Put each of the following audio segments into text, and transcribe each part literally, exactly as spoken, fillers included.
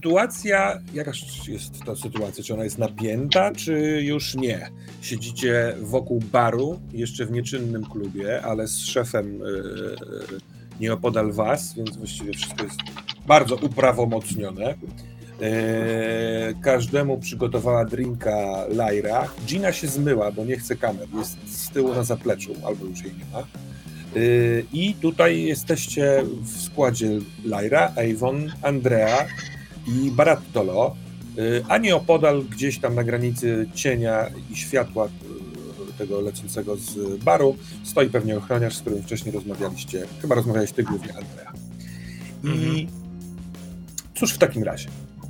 sytuacja, jakaż jest ta sytuacja? Czy ona jest napięta, czy już nie? Siedzicie wokół baru, jeszcze w nieczynnym klubie, ale z szefem yy, nieopodal was, więc właściwie wszystko jest bardzo uprawomocnione. Yy, każdemu przygotowała drinka Lyra. Gina się zmyła, bo nie chce kamer, jest z tyłu na zapleczu, albo już jej nie ma. Yy, I tutaj jesteście w składzie Lyra, Avon, Andrea i Barattolo, yy, a nieopodal gdzieś tam na granicy cienia i światła yy, tego lecącego z baru stoi pewnie ochroniarz, z którym wcześniej rozmawialiście. Chyba rozmawiałeś ty głównie, Andrea. I mhm. cóż w takim razie?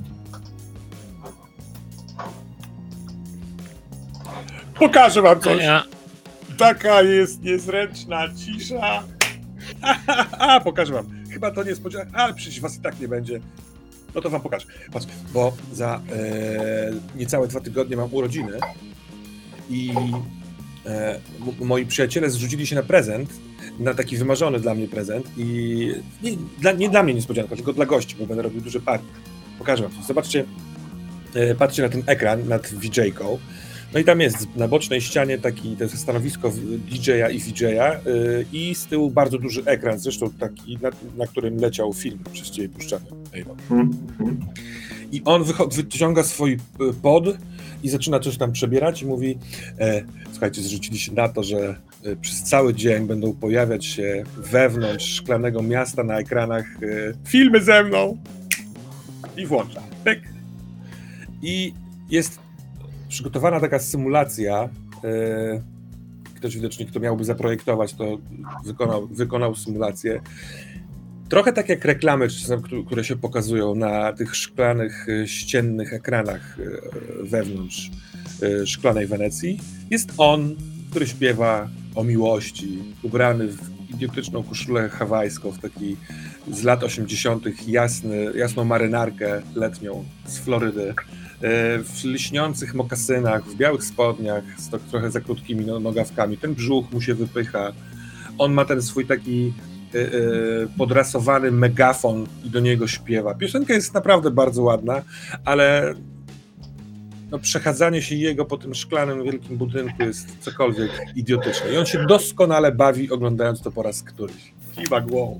Pokażę wam coś. Ja. Taka jest niezręczna cisza. A, pokażę wam. Chyba to niespodzianka, ale przecież was i tak nie będzie. No to wam pokażę. Patrz, bo za e, niecałe dwa tygodnie mam urodziny i e, m- moi przyjaciele zrzucili się na prezent, na taki wymarzony dla mnie prezent i nie dla, nie dla mnie niespodzianka, tylko dla gości, bo będę robił duże party. Pokażę wam coś. Zobaczcie, e, patrzcie na ten ekran nad V J-ką. No i tam jest na bocznej ścianie taki, to jest stanowisko D J-a i V J-a yy, i z tyłu bardzo duży ekran, zresztą taki, na, na którym leciał film przez ciebie puszczany. Mm-hmm. I on wycho- wyciąga swój pod i zaczyna coś tam przebierać i mówi e, słuchajcie, zrzucili się na to, że e, przez cały dzień będą pojawiać się wewnątrz szklanego miasta na ekranach e, filmy ze mną i włącza. Pyk. I jest przygotowana taka symulacja, yy, ktoś widocznie, kto miałby zaprojektować, to wykonał, wykonał symulację. Trochę tak jak reklamy, które się pokazują na tych szklanych, ściennych ekranach wewnątrz szklanej Wenecji. Jest on, który śpiewa o miłości, ubrany w idiotyczną koszulę hawajską, w taki z lat osiemdziesiątych jasny, jasną marynarkę letnią z Florydy, w lśniących mokasynach, w białych spodniach, z to, trochę za krótkimi nogawkami. Ten brzuch mu się wypycha. On ma ten swój taki yy, yy, podrasowany megafon i do niego śpiewa. Piosenka jest naprawdę bardzo ładna, ale no, przechadzanie się jego po tym szklanym, wielkim budynku jest cokolwiek idiotyczne. I on się doskonale bawi, oglądając to po raz któryś. Kiwa głową.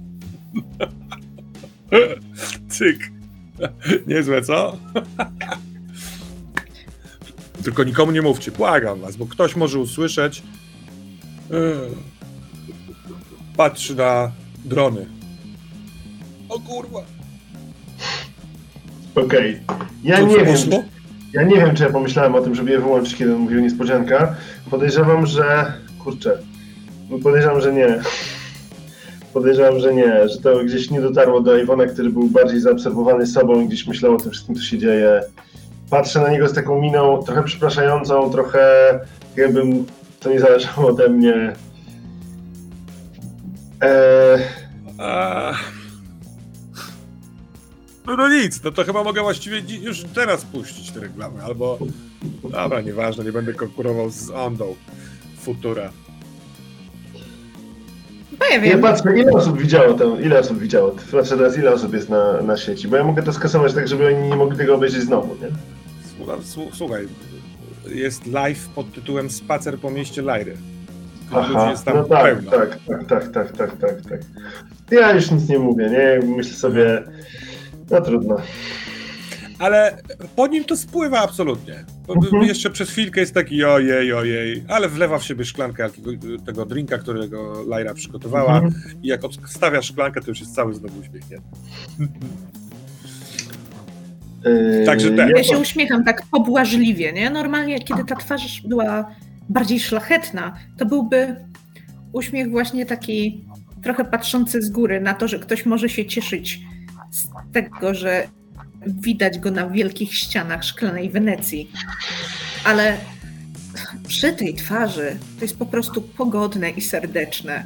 Cyk. Niezłe, co? Tylko nikomu nie mówcie, błagam was, bo ktoś może usłyszeć. Yy, patrzy na drony. O kurwa. Okej. Okay. Ja Co, nie wiem. Poszło? Ja nie wiem, czy ja pomyślałem o tym, żeby je wyłączyć, kiedy on mówił niespodzianka. Podejrzewam, że... Kurczę. Podejrzewam, że nie. Podejrzewam, że nie. Że to gdzieś nie dotarło do Iwona, który był bardziej zaabsorbowany sobą i gdzieś myślał o tym wszystkim, co się dzieje. Patrzę na niego z taką miną trochę przepraszającą, trochę jakbym to nie zależało ode mnie. Eee... A... No, no nic, no to chyba mogę właściwie już teraz puścić te reklamy, albo... Dobra, nieważne, nie będę konkurował z Ondą Futura. No ja wiem. Ja patrzę, ile osób widziało to, ile osób widziało, patrzę teraz, ile osób jest na, na sieci, bo ja mogę to skasować tak, żeby oni nie mogli tego obejrzeć znowu, nie? Słuchaj, jest live pod tytułem Spacer po mieście Lyry. Aha, jest tam no tak, pełno. tak, tak, tak, tak, tak, tak, tak. Ja już nic nie mówię, nie? Myślę sobie, no trudno. Ale po nim to spływa absolutnie. Mhm. Jeszcze przez chwilkę jest taki ojej, ojej, ale wlewa w siebie szklankę tego drinka, którego Lyra przygotowała mhm. i jak odstawia szklankę, to już jest cały znowu uśmiechnięty. Yy, Także ten. Ja się uśmiecham tak pobłażliwie, nie? Normalnie, kiedy ta twarz była bardziej szlachetna, to byłby uśmiech właśnie taki trochę patrzący z góry na to, że ktoś może się cieszyć z tego, że widać go na wielkich ścianach szklanej Wenecji. Ale przy tej twarzy to jest po prostu pogodne i serdeczne.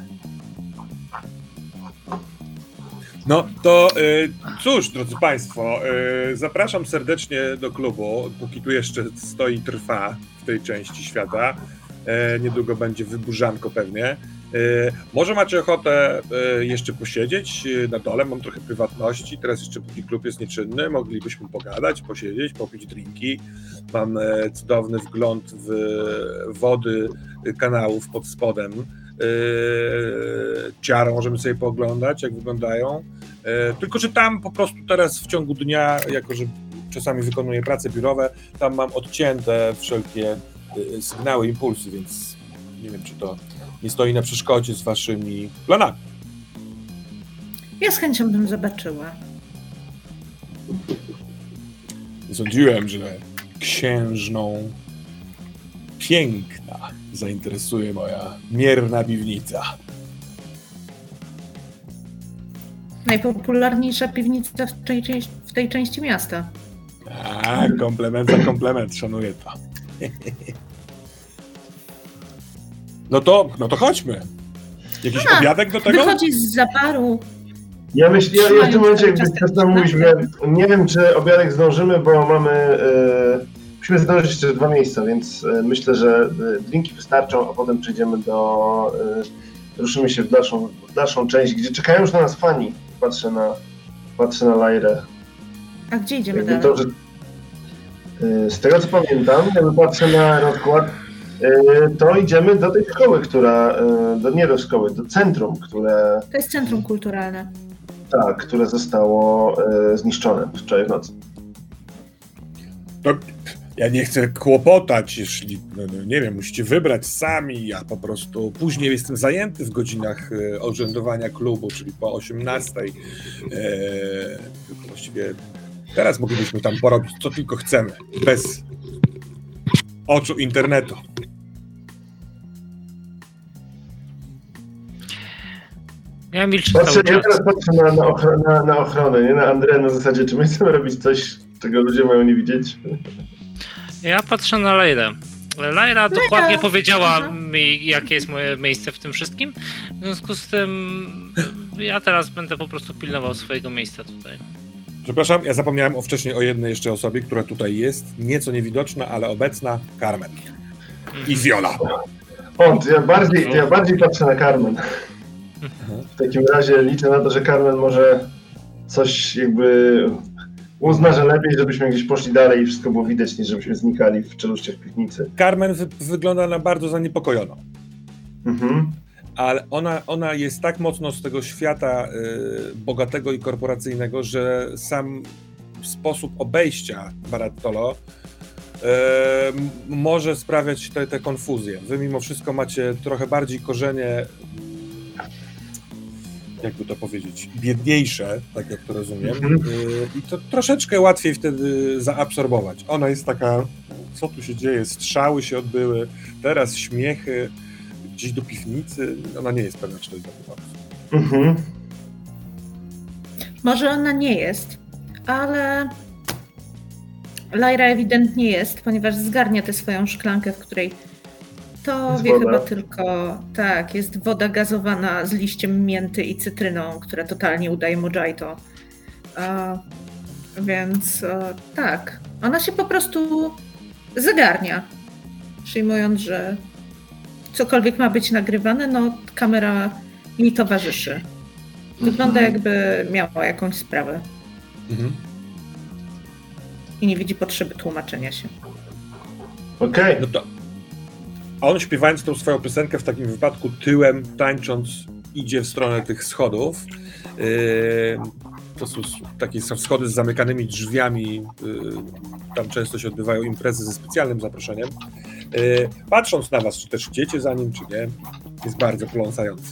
No to y, cóż, drodzy Państwo, y, zapraszam serdecznie do klubu, póki tu jeszcze stoi, trwa w tej części świata. E, niedługo będzie wyburzanko pewnie. E, może macie ochotę e, jeszcze posiedzieć na dole, mam trochę prywatności, teraz jeszcze póki klub jest nieczynny, moglibyśmy pogadać, posiedzieć, popić drinki. Mam e, cudowny wgląd w wody kanałów pod spodem. E, ciarą możemy sobie pooglądać, jak wyglądają. E, tylko, że tam po prostu teraz w ciągu dnia, jako że czasami wykonuję prace biurowe, tam mam odcięte wszelkie e, sygnały, impulsy, więc nie wiem, czy to nie stoi na przeszkodzie z waszymi planami. Ja z chęcią bym zobaczyła. Sądziłem, że księżną piękna zainteresuje moja mierna piwnica. Najpopularniejsza piwnica w tej, w tej części miasta. A, komplement za komplement, szanuję to. No to, no to chodźmy. Jakiś A, obiadek do tego? Wychodzi z zaparu. Ja myślę, ja, ja w tym momencie jakby przestał mówić, nie wiem, czy obiadek zdążymy, bo mamy, yy, musimy zdążyć jeszcze dwa miejsca, więc yy, myślę, że yy, drinki wystarczą, a potem przejdziemy do, yy, ruszymy się w dalszą, w dalszą część, gdzie czekają już na nas fani. Patrzę na, patrzę na Lairę. A gdzie idziemy jakby dalej? To, że, yy, z tego co pamiętam, jakby patrzę na rozkład, yy, to idziemy do tej szkoły, która, yy, do, nie do szkoły, do centrum, które... To jest centrum kulturalne. Tak, które zostało e, zniszczone wczoraj w nocy. To ja nie chcę kłopotać, jeśli, no, no, nie wiem, musicie wybrać sami, ja po prostu później jestem zajęty w godzinach e, urzędowania klubu, czyli po osiemnastej. E, właściwie teraz moglibyśmy tam porobić co tylko chcemy, bez oczu internetu. Ja milczę patrzę, cały ja teraz patrzę na, na, ochronę, na, na ochronę, nie na Andrzeja na zasadzie, czy my chcemy robić coś, czego ludzie mają nie widzieć? Ja patrzę na Lairę. Laira dokładnie powiedziała mi, jakie jest moje miejsce w tym wszystkim. W związku z tym ja teraz będę po prostu pilnował swojego miejsca tutaj. Przepraszam, ja zapomniałem o wcześniej o jednej jeszcze osobie, która tutaj jest, nieco niewidoczna, ale obecna, Carmen. I Viola. O, to ja bardziej, to ja bardziej patrzę na Carmen. W takim razie liczę na to, że Carmen może coś jakby uzna, że lepiej, żebyśmy gdzieś poszli dalej i wszystko było widać, niż żebyśmy znikali w czeluściach piwnicy. Carmen wy- wygląda na bardzo zaniepokojoną. Mhm. Ale ona, ona jest tak mocno z tego świata y, bogatego i korporacyjnego, że sam sposób obejścia Barattolo y, może sprawiać te, te konfuzje. Wy mimo wszystko macie trochę bardziej korzenie, jakby to powiedzieć, biedniejsze, tak jak to rozumiem, mm-hmm. i to troszeczkę łatwiej wtedy zaabsorbować. Ona jest taka, co tu się dzieje, strzały się odbyły, teraz śmiechy, gdzieś do piwnicy, ona nie jest pewna, czy to jest dobry pomysł. Mm-hmm. Może ona nie jest, ale Laira ewidentnie jest, ponieważ zgarnia tę swoją szklankę, w której to jest wie woda. Chyba tylko, tak, jest woda gazowana z liściem mięty i cytryną, która totalnie udaje mojito. A, więc a, tak, ona się po prostu zagarnia, przyjmując, że cokolwiek ma być nagrywane, no kamera jej towarzyszy. Wygląda mhm. jakby miała jakąś sprawę. Mhm. I nie widzi potrzeby tłumaczenia się. Okej. Okay. No to a on śpiewając tą swoją piosenkę w takim wypadku tyłem, tańcząc, idzie w stronę tych schodów. Yy, to są takie są schody z zamykanymi drzwiami. Yy, tam często się odbywają imprezy ze specjalnym zaproszeniem. Yy, patrząc na was, czy też idziecie za nim, czy nie, jest bardzo pląsający.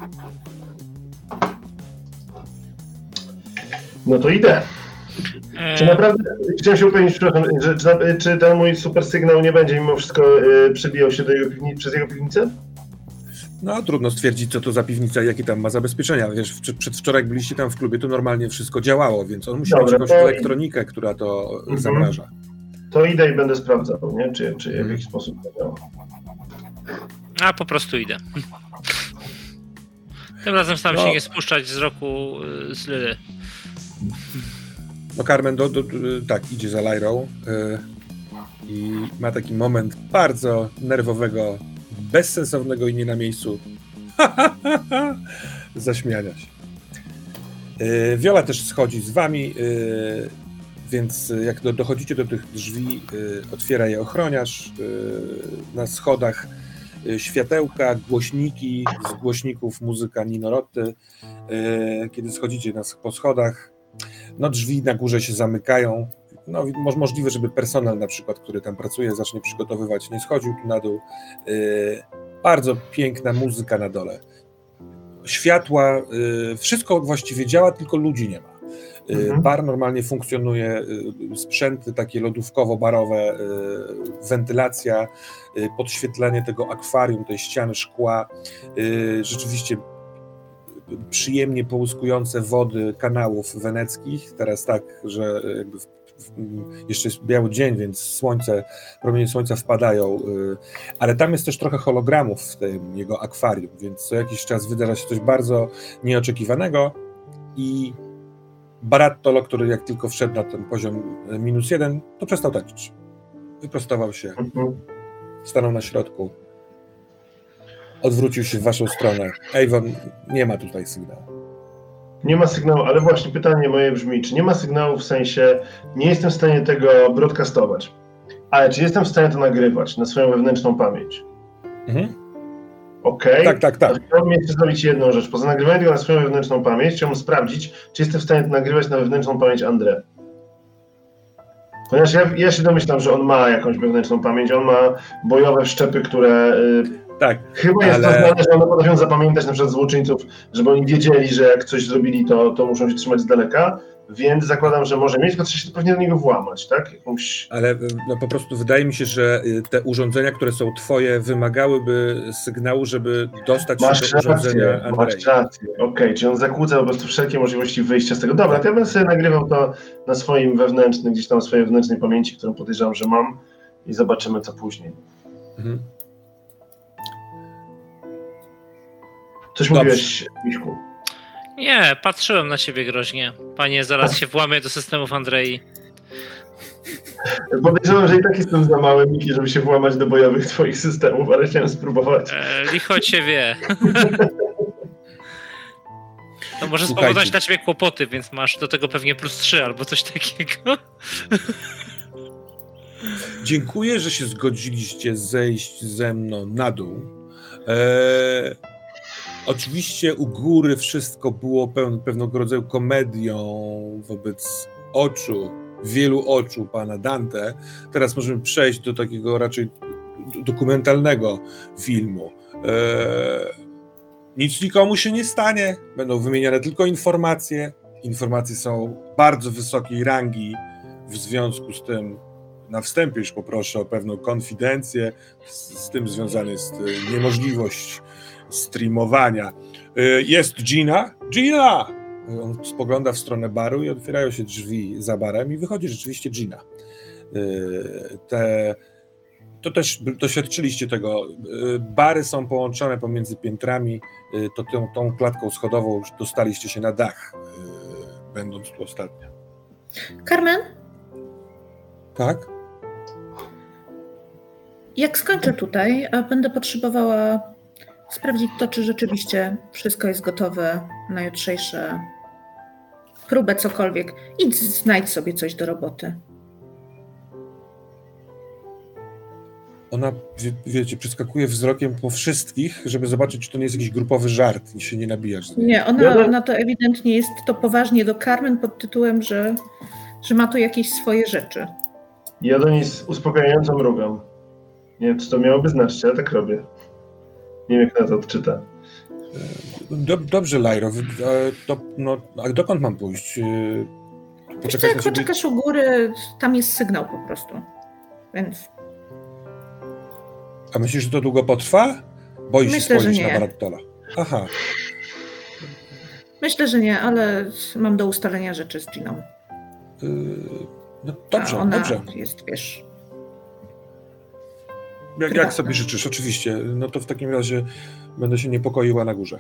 No to idę. Eee. Czy naprawdę, chciałem się upewnić, przepraszam, że, czy, czy ten mój super sygnał nie będzie mimo wszystko y, przebijał się do jego piwni- przez jego piwnicę? No trudno stwierdzić, co to za piwnica i jakie tam ma zabezpieczenia. Wiesz, przedwczoraj jak byliście tam w klubie, to normalnie wszystko działało, więc on musi Dobra, mieć jakąś to... elektronikę, która to mhm. zamraża. To idę i będę sprawdzał, nie? Czy, czy w jakiś sposób to działa. A po prostu idę. Tym razem staram no. się nie spuszczać wzroku z Lily. No Carmen do, do, do, tak, idzie za Lairą yy, i ma taki moment bardzo nerwowego bezsensownego i nie na miejscu zaśmiania się. Yy, Viola też schodzi z wami, yy, więc jak do, dochodzicie do tych drzwi, yy, otwiera je ochroniarz. Yy, na schodach yy, światełka, głośniki, z głośników muzyka Nino Roty. Yy, kiedy schodzicie na, po schodach, no drzwi na górze się zamykają. No, możliwe, żeby personel na przykład, który tam pracuje, zacznie przygotowywać, nie schodził tu na dół. Yy, bardzo piękna muzyka na dole. Światła, yy, wszystko właściwie działa, tylko ludzi nie ma. Yy, mhm. Bar normalnie funkcjonuje, yy, sprzęty takie lodówkowo-barowe, yy, wentylacja, yy, podświetlenie tego akwarium, tej ściany szkła, yy, rzeczywiście przyjemnie połyskujące wody kanałów weneckich. Teraz tak, że jakby w jeszcze jest biały dzień, więc słońce, promienie słońca wpadają, ale tam jest też trochę hologramów w tym jego akwarium, więc co jakiś czas wydarza się coś bardzo nieoczekiwanego i Barattolo, który jak tylko wszedł na ten poziom minus jeden, to przestał tańczyć. Wyprostował się, stanął na środku, odwrócił się w waszą stronę. Avon, nie ma tutaj sygnału. Nie ma sygnału, ale właśnie pytanie moje brzmi, czy nie ma sygnału w sensie, nie jestem w stanie tego broadcastować, ale czy jestem w stanie to nagrywać na swoją wewnętrzną pamięć? Mhm. Okej. Okay. Tak, tak, tak. Chciałbym jeszcze zrobić jedną rzecz. Poza nagrywaniem tego na swoją wewnętrzną pamięć, chciałbym sprawdzić, czy jestem w stanie to nagrywać na wewnętrzną pamięć André. Ponieważ ja, ja się domyślam, że on ma jakąś wewnętrzną pamięć, on ma bojowe szczepy, które... Yy, Tak, chyba jest ale... to znane, że one potrafią zapamiętać na przykład złoczyńców, żeby oni wiedzieli, że jak coś zrobili, to, to muszą się trzymać z daleka, więc zakładam, że może mieć, tylko trzeba się pewnie do niego włamać, tak? Jakąś... Ale no, po prostu wydaje mi się, że te urządzenia, które są twoje, wymagałyby sygnału, żeby dostać masz się do urządzenia rację, Andrzej. Masz rację, okej, okay. Czyli on zakłóca po prostu wszelkie możliwości wyjścia z tego. Dobra, to ja bym sobie nagrywał to na swoim wewnętrznym, gdzieś tam swojej wewnętrznej pamięci, którą podejrzewam, że mam i zobaczymy, co później. Mhm. Coś Dobrze. Mówiłeś, Miśku? Nie, patrzyłem na ciebie groźnie. Panie, zaraz się włamie do systemów Andrei. Podejrzewam, że i tak jestem za mały, Miki, żeby się włamać do bojowych twoich systemów, ale chciałem spróbować. E, licho cię wie. To może spowodować dla ciebie kłopoty, więc masz do tego pewnie plus trzy albo coś takiego. Dziękuję, że się zgodziliście zejść ze mną na dół. Eee... Oczywiście u góry wszystko było pełne, pewnego rodzaju komedią wobec oczu, wielu oczu pana Dante. Teraz możemy przejść do takiego raczej dokumentalnego filmu. Eee, nic nikomu się nie stanie, będą wymieniane tylko informacje. Informacje są bardzo wysokiej rangi, w związku z tym na wstępie już poproszę o pewną konfidencję, z, z tym związana jest niemożliwość streamowania. Jest Gina. Gina! On spogląda w stronę baru i otwierają się drzwi za barem i wychodzi rzeczywiście Gina. Te, to też doświadczyliście tego. Bary są połączone pomiędzy piętrami. To tą, tą klatką schodową już dostaliście się na dach, będąc tu ostatnio. Carmen? Tak? Jak skończę tutaj, będę potrzebowała sprawdzić to, czy rzeczywiście wszystko jest gotowe na jutrzejsze próbę, cokolwiek. Idź, znajdź sobie coś do roboty. Ona, wie, wiecie, przeskakuje wzrokiem po wszystkich, żeby zobaczyć, czy to nie jest jakiś grupowy żart i się nie nabijasz z nim. Nie, ona, ona to ewidentnie jest to poważnie do Carmen pod tytułem, że, że ma tu jakieś swoje rzeczy. Ja do niej z uspokajającą mrugam. Nie wiem, co to miałoby znaczyć, ale tak robię. Nie wiem, jak na to odczyta. Dobrze, Lajro. To, no, a dokąd mam pójść? Poczekaj, jak ciebie... poczekasz u góry, tam jest sygnał po prostu. Więc... A myślisz, że to długo potrwa? Boisz się spojrzeć na Barattola. Aha. Myślę, że nie, ale mam do ustalenia rzeczy z Giną. Yy, no dobrze, a ona dobrze. jest, wiesz... Jak, jak sobie życzysz, oczywiście. No to w takim razie będę się niepokoiła na górze.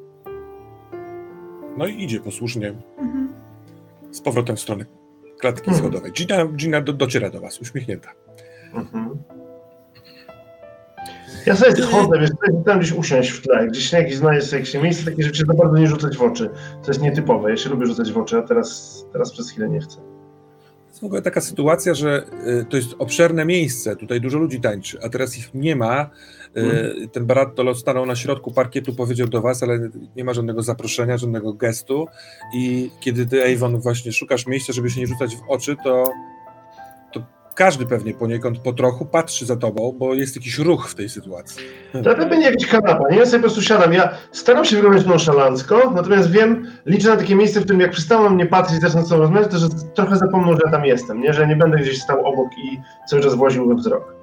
No i idzie posłusznie mhm. z powrotem w stronę klatki mhm. schodowej. Gina, Gina do, dociera do was, uśmiechnięta. Mhm. Ja sobie schodzę, wiesz, tam gdzieś usiąść w tle, gdzieś jakiś znajdziesz sobie jakieś miejsce, takie rzeczy za bardzo nie rzucać w oczy. To jest nietypowe, ja się lubię rzucać w oczy, a teraz, teraz przez chwilę nie chcę. Jest w ogóle taka sytuacja, że y, to jest obszerne miejsce, tutaj dużo ludzi tańczy, a teraz ich nie ma. Y, hmm. Ten Barattolo stanął na środku parkietu, powiedział do was, ale nie ma żadnego zaproszenia, żadnego gestu i kiedy ty, Avon, właśnie szukasz miejsca, żeby się nie rzucać w oczy, to, to każdy pewnie poniekąd po trochu patrzy za tobą, bo jest jakiś ruch w tej sytuacji. To będzie jakaś kanapa, nie? Ja sobie po prostu siadam. Ja staram się wyglądać nonszalancko, natomiast wiem, liczę na takie miejsce, w którym jak przestaną na mnie patrzeć i zaczną z sobą rozmawiać, to że trochę zapomną, że ja tam jestem, nie? Że nie będę gdzieś stał obok i cały czas woził we wzrok.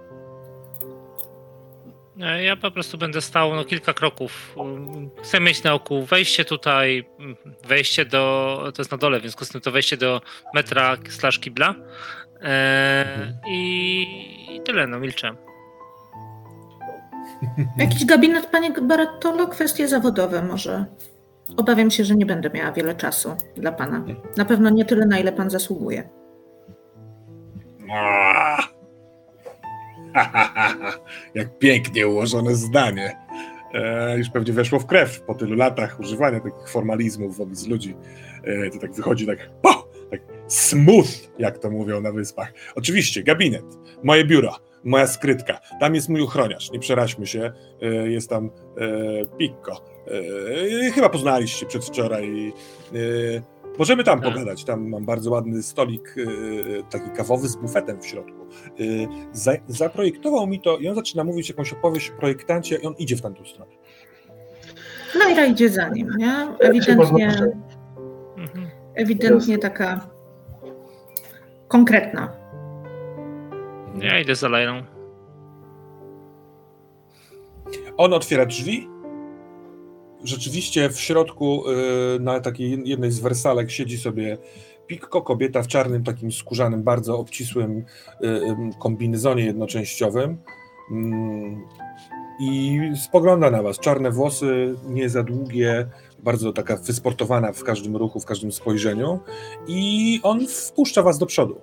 Ja po prostu będę stał no, kilka kroków. Chcę mieć na oku wejście tutaj, wejście do, to jest na dole, w związku z tym to wejście do metra slash kibla. Eee, i, I tyle, no milczę. Jakiś gabinet, panie Barattolo? Kwestie zawodowe może. Obawiam się, że nie będę miała wiele czasu dla pana. Na pewno nie tyle, na ile pan zasługuje. Jak pięknie ułożone zdanie. E, już pewnie weszło w krew po tylu latach używania takich formalizmów wobec ludzi. E, to tak wychodzi tak, po, tak smooth, jak to mówią na wyspach. Oczywiście, gabinet, moje biuro, moja skrytka. Tam jest mój ochroniarz, nie przeraźmy się. E, jest tam e, Pikko. E, chyba poznaliście przedwczoraj. E, Możemy tam tak pogadać, tam mam bardzo ładny stolik, yy, taki kawowy z bufetem w środku. Yy, za, zaprojektował mi to i on zaczyna mówić jakąś opowieść o projektancie i on idzie w tamtą stronę. Laira idzie za nim, nie? Ewidentnie, ewidentnie taka konkretna. Ja idę za Lairą. On otwiera drzwi. Rzeczywiście w środku yy, na takiej jednej z wersalek siedzi sobie Pikko, kobieta w czarnym, takim skórzanym, bardzo obcisłym yy, kombinezonie jednoczęściowym yy, i spogląda na was. Czarne włosy, nie za długie, bardzo taka wysportowana w każdym ruchu, w każdym spojrzeniu i on wpuszcza was do przodu.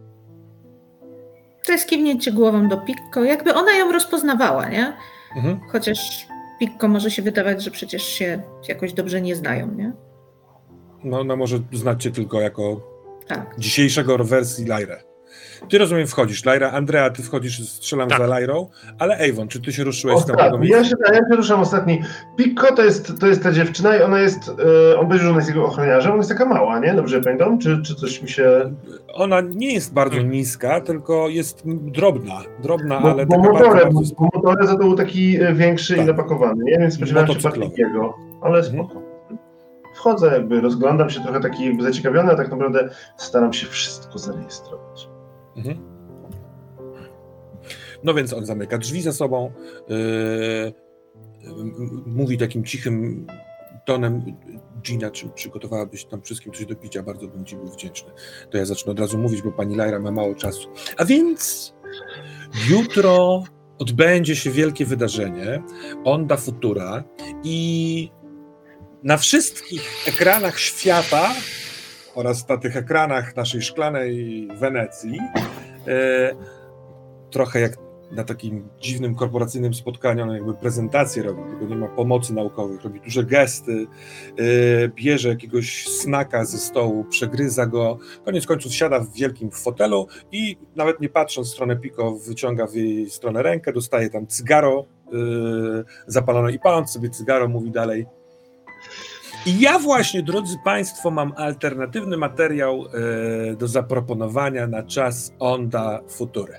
To jest kiwnięcie głową do Pikko, jakby ona ją rozpoznawała, nie? Mhm. Chociaż Pikko może się wydawać, że przecież się jakoś dobrze nie znają, nie? No, no może znać cię tylko jako tak. dzisiejszego wersji Lairę. Ty, rozumiem, wchodzisz. Laira, Andrea, ty wchodzisz, strzelam tak za Lairą, ale Avon, czy ty się ruszyłeś z tamtego miejsca? Ja się, ja się ruszam ostatni. Pikko to jest, to jest ta dziewczyna i ona jest, yy, on powiedział, że ona jest jego ochroniarzem, ona jest taka mała, nie? Dobrze pamiętam? Czy, czy coś mi się... Ona nie jest bardzo hmm. niska, tylko jest drobna, drobna, bo, ale bo taka motore, bardzo... Bo motore za to był taki większy tak. i napakowany, nie? Więc spodziewałem się Patrykiego, ale spoko. Hmm. Wchodzę, jakby rozglądam się trochę taki jakby zaciekawiony, a tak naprawdę staram się wszystko zarejestrować. Mhm. No więc on zamyka drzwi za sobą, yy, mówi takim cichym tonem: Gina, czy przygotowałabyś tam wszystkim coś do picia? Bardzo bym ci był wdzięczny. To ja zacznę od razu mówić, bo pani Laira ma mało czasu. A więc jutro odbędzie się wielkie wydarzenie, Onda Futura, i na wszystkich ekranach świata oraz na tych ekranach naszej szklanej Wenecji, e, trochę jak na takim dziwnym korporacyjnym spotkaniu, on jakby prezentację robi, tylko nie ma pomocy naukowych, robi duże gesty, e, bierze jakiegoś snaka ze stołu, przegryza go, koniec końców siada w wielkim fotelu i nawet nie patrząc w stronę Pikko, wyciąga w jej stronę rękę, dostaje tam cygaro e, zapalone i paląc sobie cygaro mówi dalej: i ja właśnie, drodzy Państwo, mam alternatywny materiał e, do zaproponowania na czas Onda Futury.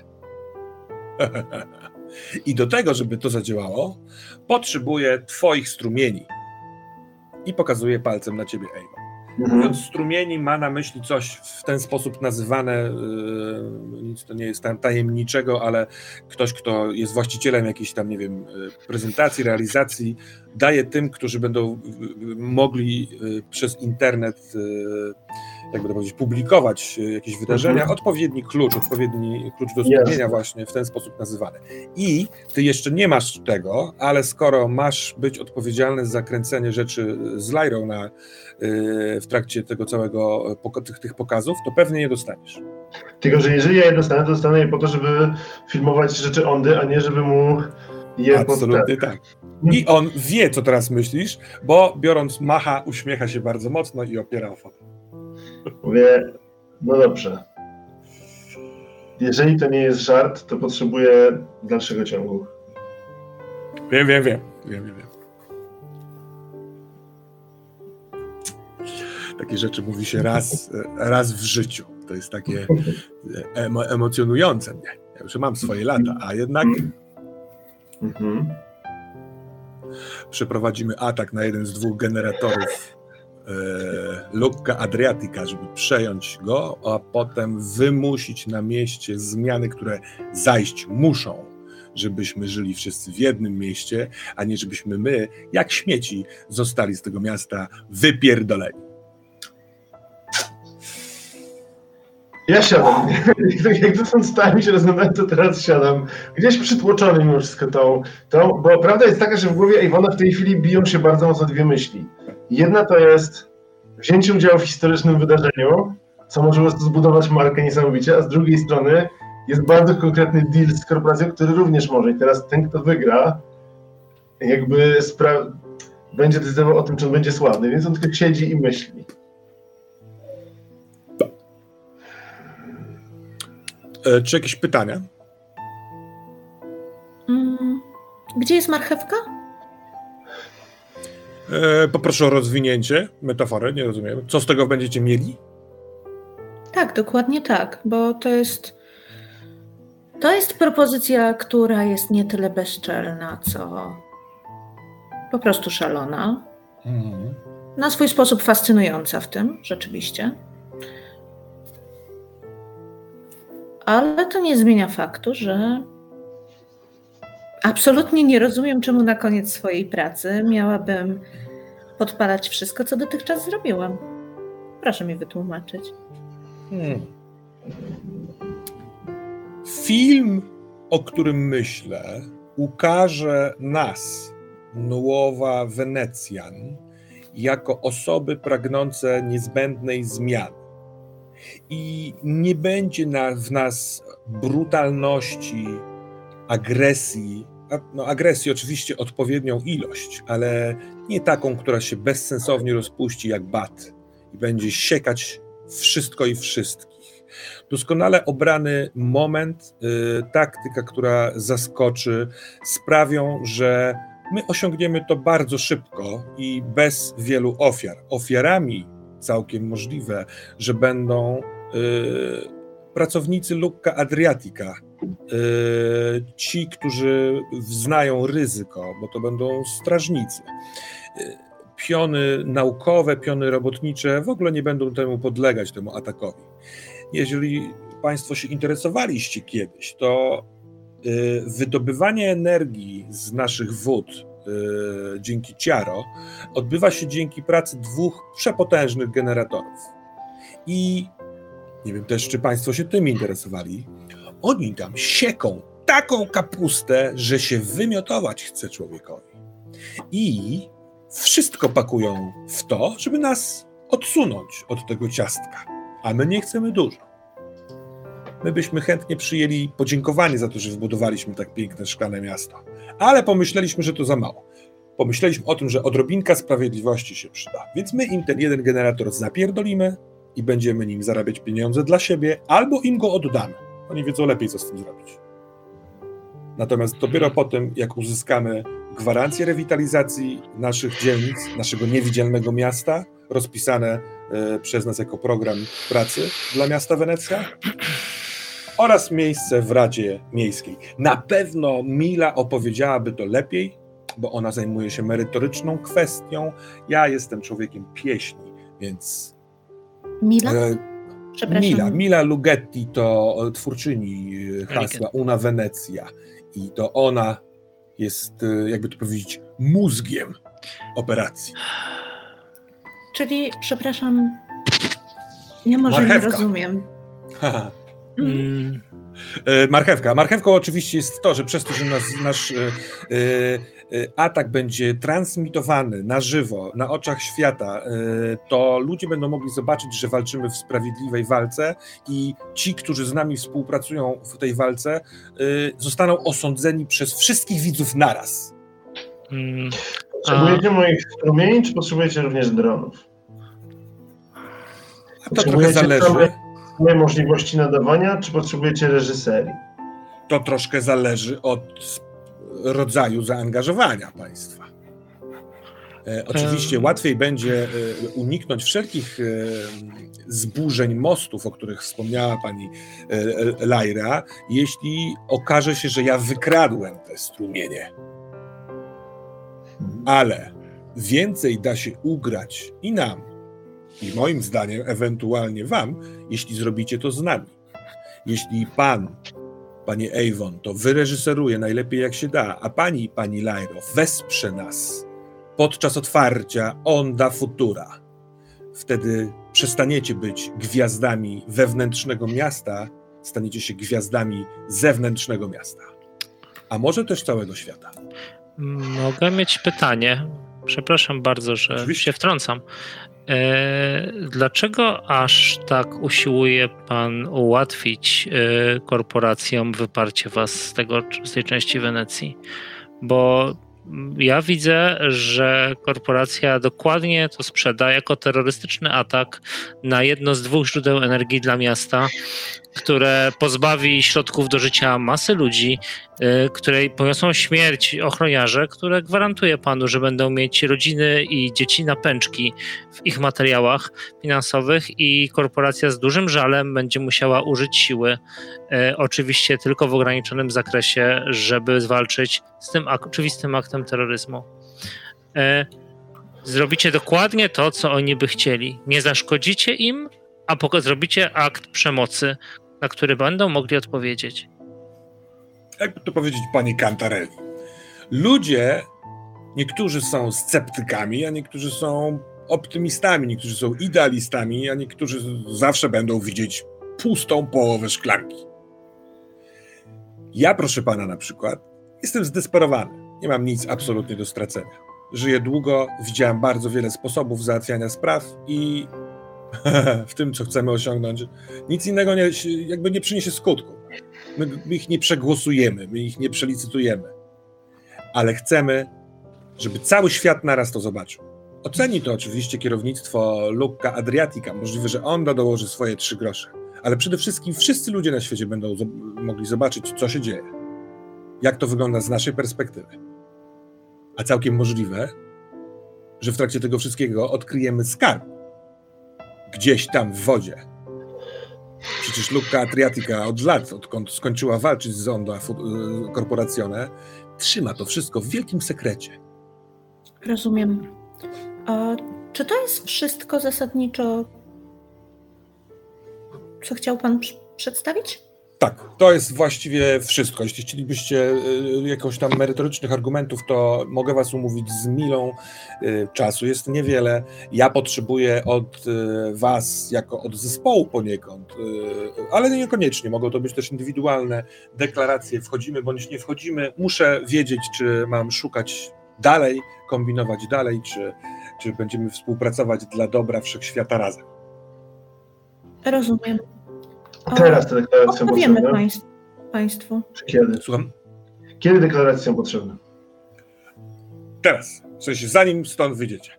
I do tego, żeby to zadziałało, potrzebuję Twoich strumieni. I pokazuje palcem na Ciebie, Avon. Mhm. Mówiąc strumieni, ma na myśli coś w ten sposób nazywane, yy, nic to nie jest tam tajemniczego, ale ktoś, kto jest właścicielem jakiejś tam, nie wiem, prezentacji, realizacji, daje tym, którzy będą yy, mogli yy, przez internet, yy, jakby to powiedzieć, publikować jakieś wydarzenia, mhm. odpowiedni klucz, odpowiedni klucz do strumienia yes. właśnie w ten sposób nazywany. I ty jeszcze nie masz tego, ale skoro masz być odpowiedzialny za kręcenie rzeczy z Lairą na, yy, w trakcie tego całego, tych, tych pokazów, to pewnie je dostaniesz. Tylko, że jeżeli ja je dostanę, to dostanę je po to, żeby filmować rzeczy Ondy, a nie żeby mu Je Absolutnie tak. I on wie, co teraz myślisz, bo biorąc macha, uśmiecha się bardzo mocno i opiera o fotel. Mówię, no dobrze. Jeżeli to nie jest żart, to potrzebuję dalszego ciągu. Wiem, wiem, wiem. wiem, wiem, wiem. Takie rzeczy mówi się raz, raz w życiu. To jest takie emo, emocjonujące mnie. Ja już mam swoje lata, a jednak mhm. przeprowadzimy atak na jeden z dwóch generatorów e, Lucca Adriatica, żeby przejąć go, a potem wymusić na mieście zmiany, które zajść muszą, żebyśmy żyli wszyscy w jednym mieście, a nie żebyśmy my, jak śmieci, zostali z tego miasta wypierdoleni. Ja siadam. Jak dotąd stałem i się rozglądałem, to teraz siadam. Gdzieś przytłoczony mimo wszystko tą, tą, bo prawda jest taka, że w głowie Eivona w tej chwili biją się bardzo mocno dwie myśli. Jedna to jest wzięcie udziału w historycznym wydarzeniu, co może po prostu zbudować markę niesamowicie, a z drugiej strony jest bardzo konkretny deal z korporacją, który również może. I teraz ten, kto wygra, jakby spra- będzie decydował o tym, czy on będzie sławny, więc on tylko siedzi i myśli. E, czy jakieś pytania? Mm, gdzie jest marchewka? E, poproszę o rozwinięcie metafory, nie rozumiem. Co z tego będziecie mieli? Tak, dokładnie tak, bo to jest to jest propozycja, która jest nie tyle bezczelna, co po prostu szalona. Mhm. Na swój sposób fascynująca w tym, rzeczywiście. Ale to nie zmienia faktu, że absolutnie nie rozumiem, czemu na koniec swojej pracy miałabym podpalać wszystko, co dotychczas zrobiłam. Proszę mi wytłumaczyć. Hmm. Film, o którym myślę, ukaże nas, Nuowa Wenecjan, jako osoby pragnące niezbędnej zmiany. I nie będzie na, w nas brutalności, agresji, no agresji oczywiście odpowiednią ilość, ale nie taką, która się bezsensownie rozpuści jak bat i będzie siekać wszystko i wszystkich. Doskonale obrany moment, y, taktyka, która zaskoczy, sprawią, że my osiągniemy to bardzo szybko i bez wielu ofiar. Ofiarami całkiem możliwe, że będą y, pracownicy Lucca Adriatica, y, ci, którzy znają ryzyko, bo to będą strażnicy. Y, piony naukowe, piony robotnicze w ogóle nie będą temu podlegać, temu atakowi. Jeżeli Państwo się interesowaliście kiedyś, to y, wydobywanie energii z naszych wód y, dzięki Ciaro odbywa się dzięki pracy dwóch przepotężnych generatorów. I nie wiem też, czy Państwo się tym interesowali, oni tam sieką taką kapustę, że się wymiotować chce człowiekowi. I wszystko pakują w to, żeby nas odsunąć od tego ciastka. A my nie chcemy dużo. My byśmy chętnie przyjęli podziękowanie za to, że wybudowaliśmy tak piękne, szklane miasto. Ale pomyśleliśmy, że to za mało. Pomyśleliśmy o tym, że odrobinka sprawiedliwości się przyda. Więc my im ten jeden generator zapierdolimy i będziemy nim zarabiać pieniądze dla siebie, albo im go oddamy. Oni wiedzą lepiej, co z tym zrobić. Natomiast dopiero po tym, jak uzyskamy gwarancję rewitalizacji naszych dzielnic, naszego niewidzialnego miasta, rozpisane y, przez nas jako program pracy dla miasta Wenecja oraz miejsce w Radzie Miejskiej. Na pewno Mila opowiedziałaby to lepiej, bo ona zajmuje się merytoryczną kwestią. Ja jestem człowiekiem pieśni, więc... Mila? E, Przepraszam. Mila, Mila Lugetti to twórczyni hasła Una Venecja i to ona jest, jakby to powiedzieć, mózgiem operacji. Czyli, przepraszam, ja może Marchewka. Nie rozumiem. mm. Marchewka. Marchewką oczywiście jest to, że przez to, że nas, nasz, atak będzie transmitowany na żywo, na oczach świata, to ludzie będą mogli zobaczyć, że walczymy w sprawiedliwej walce i ci, którzy z nami współpracują w tej walce, zostaną osądzeni przez wszystkich widzów naraz. Hmm. Potrzebujecie A... moich strumieni, czy potrzebujecie również dronów? A to trochę zależy. Moje możliwości nadawania, czy potrzebujecie reżyserii? To troszkę zależy od rodzaju zaangażowania państwa. E, oczywiście um. łatwiej będzie e, uniknąć wszelkich e, zburzeń mostów, o których wspomniała pani e, Lyra, jeśli okaże się, że ja wykradłem te strumienie. Ale więcej da się ugrać i nam, i moim zdaniem ewentualnie wam, jeśli zrobicie to z nami. Jeśli pan, panie Avon, to wyreżyseruje najlepiej jak się da, a pani, pani Lyro, wesprze nas podczas otwarcia Onda Futura, wtedy przestaniecie być gwiazdami wewnętrznego miasta, staniecie się gwiazdami zewnętrznego miasta. A może też całego świata. Mogę mieć pytanie. Przepraszam bardzo, że Oczywiście. się wtrącam. Dlaczego aż tak usiłuje pan ułatwić korporacjom wyparcie was z, tego, z tej części Wenecji? Bo ja widzę, że korporacja dokładnie to sprzeda jako terrorystyczny atak na jedno z dwóch źródeł energii dla miasta, które pozbawi środków do życia masy ludzi, której poniosą śmierć ochroniarze, które gwarantuje panu, że będą mieć rodziny i dzieci na pęczki w ich materiałach finansowych i korporacja z dużym żalem będzie musiała użyć siły, e, oczywiście tylko w ograniczonym zakresie, żeby zwalczyć z tym ak- oczywistym aktem terroryzmu. E, zrobicie dokładnie to, co oni by chcieli. Nie zaszkodzicie im, a pok- zrobicie akt przemocy, na który będą mogli odpowiedzieć. Jakby to powiedzieć pani Cantarelli. Ludzie, niektórzy są sceptykami, a niektórzy są optymistami, niektórzy są idealistami, a niektórzy zawsze będą widzieć pustą połowę szklanki. Ja, proszę pana, na przykład, jestem zdesperowany. Nie mam nic absolutnie do stracenia. Żyję długo, widziałem bardzo wiele sposobów załatwiania spraw i w tym, co chcemy osiągnąć, nic innego nie, jakby nie przyniesie skutku. My, my ich nie przegłosujemy, my ich nie przelicytujemy. Ale chcemy, żeby cały świat naraz to zobaczył. Oceni to oczywiście kierownictwo Lucca Adriatica. Możliwe, że on dołoży swoje trzy grosze. Ale przede wszystkim wszyscy ludzie na świecie będą zo- mogli zobaczyć, co się dzieje. Jak to wygląda z naszej perspektywy. A całkiem możliwe, że w trakcie tego wszystkiego odkryjemy skarb. Gdzieś tam w wodzie. Przecież Lucca Adriatica od lat, odkąd skończyła walczyć z Onda Corporazione, trzyma to wszystko w wielkim sekrecie. Rozumiem. A czy to jest wszystko zasadniczo, co chciał pan pr- przedstawić? Tak, to jest właściwie wszystko. Jeśli chcielibyście jakoś tam merytorycznych argumentów, to mogę was umówić z milą. Czasu jest niewiele. Ja potrzebuję od was, jako od zespołu poniekąd, ale niekoniecznie, mogą to być też indywidualne deklaracje, wchodzimy bądź nie wchodzimy. Muszę wiedzieć, czy mam szukać dalej, kombinować dalej, czy, czy będziemy współpracować dla dobra wszechświata razem. Rozumiem. Teraz te deklaracje są potrzebne? Państw, państwu. Czy kiedy? Słucham? Kiedy deklaracje są potrzebne? Teraz. W sensie, zanim stąd wyjdziecie.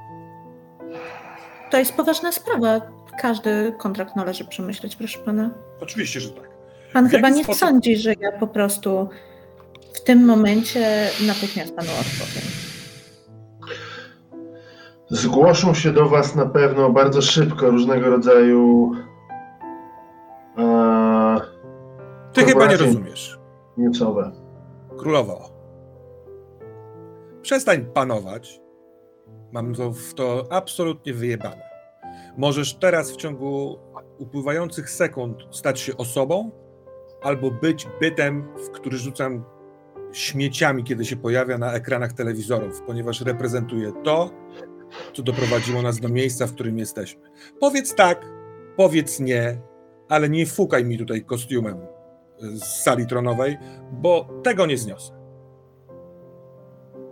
To jest poważna sprawa. Każdy kontrakt należy przemyśleć, proszę pana. Oczywiście, że tak. Pan chyba nie sposób... sądzi, że ja po prostu w tym momencie natychmiast panu odpowiem. Zgłoszą się do was na pewno bardzo szybko różnego rodzaju Eee, Ty chyba nie rozumiesz. Niecowe. Królowo, przestań panować. Mam to w to absolutnie wyjebane. Możesz teraz w ciągu upływających sekund stać się osobą, albo być bytem, w który rzucam śmieciami, kiedy się pojawia na ekranach telewizorów, ponieważ reprezentuje to, co doprowadziło nas do miejsca, w którym jesteśmy. Powiedz tak, powiedz nie, ale nie fukaj mi tutaj kostiumem z sali tronowej, bo tego nie zniosę.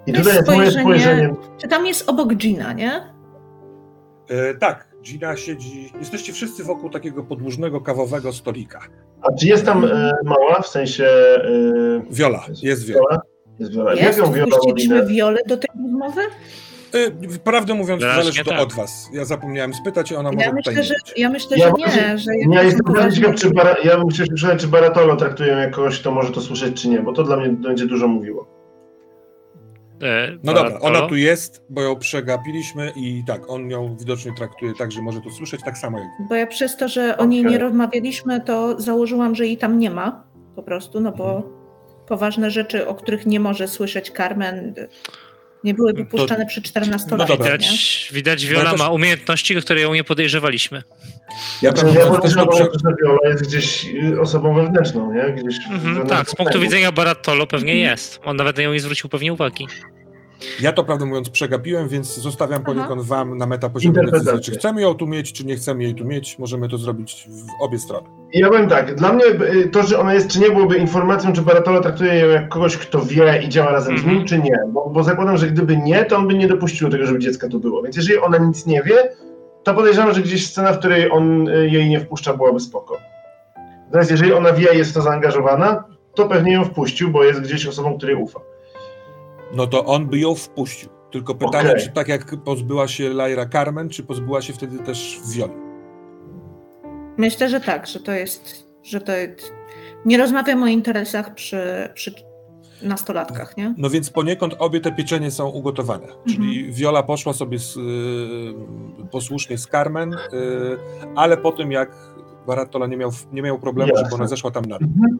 I tutaj jest moje spojrzenie... Czy tam jest obok Gina, nie? E, tak, Gina siedzi... Jesteście wszyscy wokół takiego podłużnego, kawowego stolika. A czy jest tam e, mała, w sensie... E... Wiola, jest Wiola. Jest Wiola. Jest? Wpuściliśmy Wiolę do tej rozmowy? E, prawdę mówiąc, Zależy zależy to tak. od was. Ja zapomniałem spytać i ona ja może myślę, tutaj że, nie Ja myślę, że ja nie. Że ja jestem bardzo ciekaw, czy bara, ja bym chciał się przekonać, czy Baratolo traktują jak kogoś, kto może to słyszeć, czy nie, bo to dla mnie będzie dużo mówiło. E, no dobra, ona tu jest, bo ją przegapiliśmy i tak, on ją widocznie traktuje tak, że może to słyszeć tak samo jak... Bo ja przez to, że o niej okay. nie rozmawialiśmy, to założyłam, że jej tam nie ma, po prostu, no bo hmm. poważne rzeczy, o których nie może słyszeć Carmen, nie były wypuszczane to... przy czternastolatku. No widać, widać Viola no ma umiejętności, o które ją nie podejrzewaliśmy. Ja tam ja podejrzewam, że Viola jest gdzieś osobą wewnętrzną, nie? Gdzieś mm-hmm, tak, z punktu widzenia Baratolo pewnie jest. On nawet na nią nie zwrócił pewnie uwagi. Ja to prawdę mówiąc przegapiłem, więc zostawiam poniekąd wam na metapoziomie decyzję, czy chcemy ją tu mieć, czy nie chcemy jej tu mieć. Możemy to zrobić w obie strony. Ja powiem tak, dla mnie to, że ona jest, czy nie byłoby informacją, czy Baratolo traktuje ją jak kogoś, kto wie i działa razem mm-hmm. z nim, czy nie. Bo, bo zakładam, że gdyby nie, to on by nie dopuścił tego, żeby dziecka tu było. Więc jeżeli ona nic nie wie, to podejrzewam, że gdzieś scena, w której on jej nie wpuszcza, byłaby spoko. Natomiast jeżeli ona wie i jest w to zaangażowana, to pewnie ją wpuścił, bo jest gdzieś osobą, której ufa. No to on by ją wpuścił. Tylko pytanie, okay. czy tak jak pozbyła się Lyra Carmen, czy pozbyła się wtedy też Violi? Myślę, że tak, że to jest, że to jest... Nie rozmawiam o interesach przy, przy nastolatkach, nie? No więc poniekąd obie te pieczenie są ugotowane. Mhm. Czyli Viola poszła sobie z, y, posłusznie z Carmen, y, ale po tym jak Baratola nie miał, nie miał problemu, Jasne. żeby ona zeszła tam na dół. Mhm.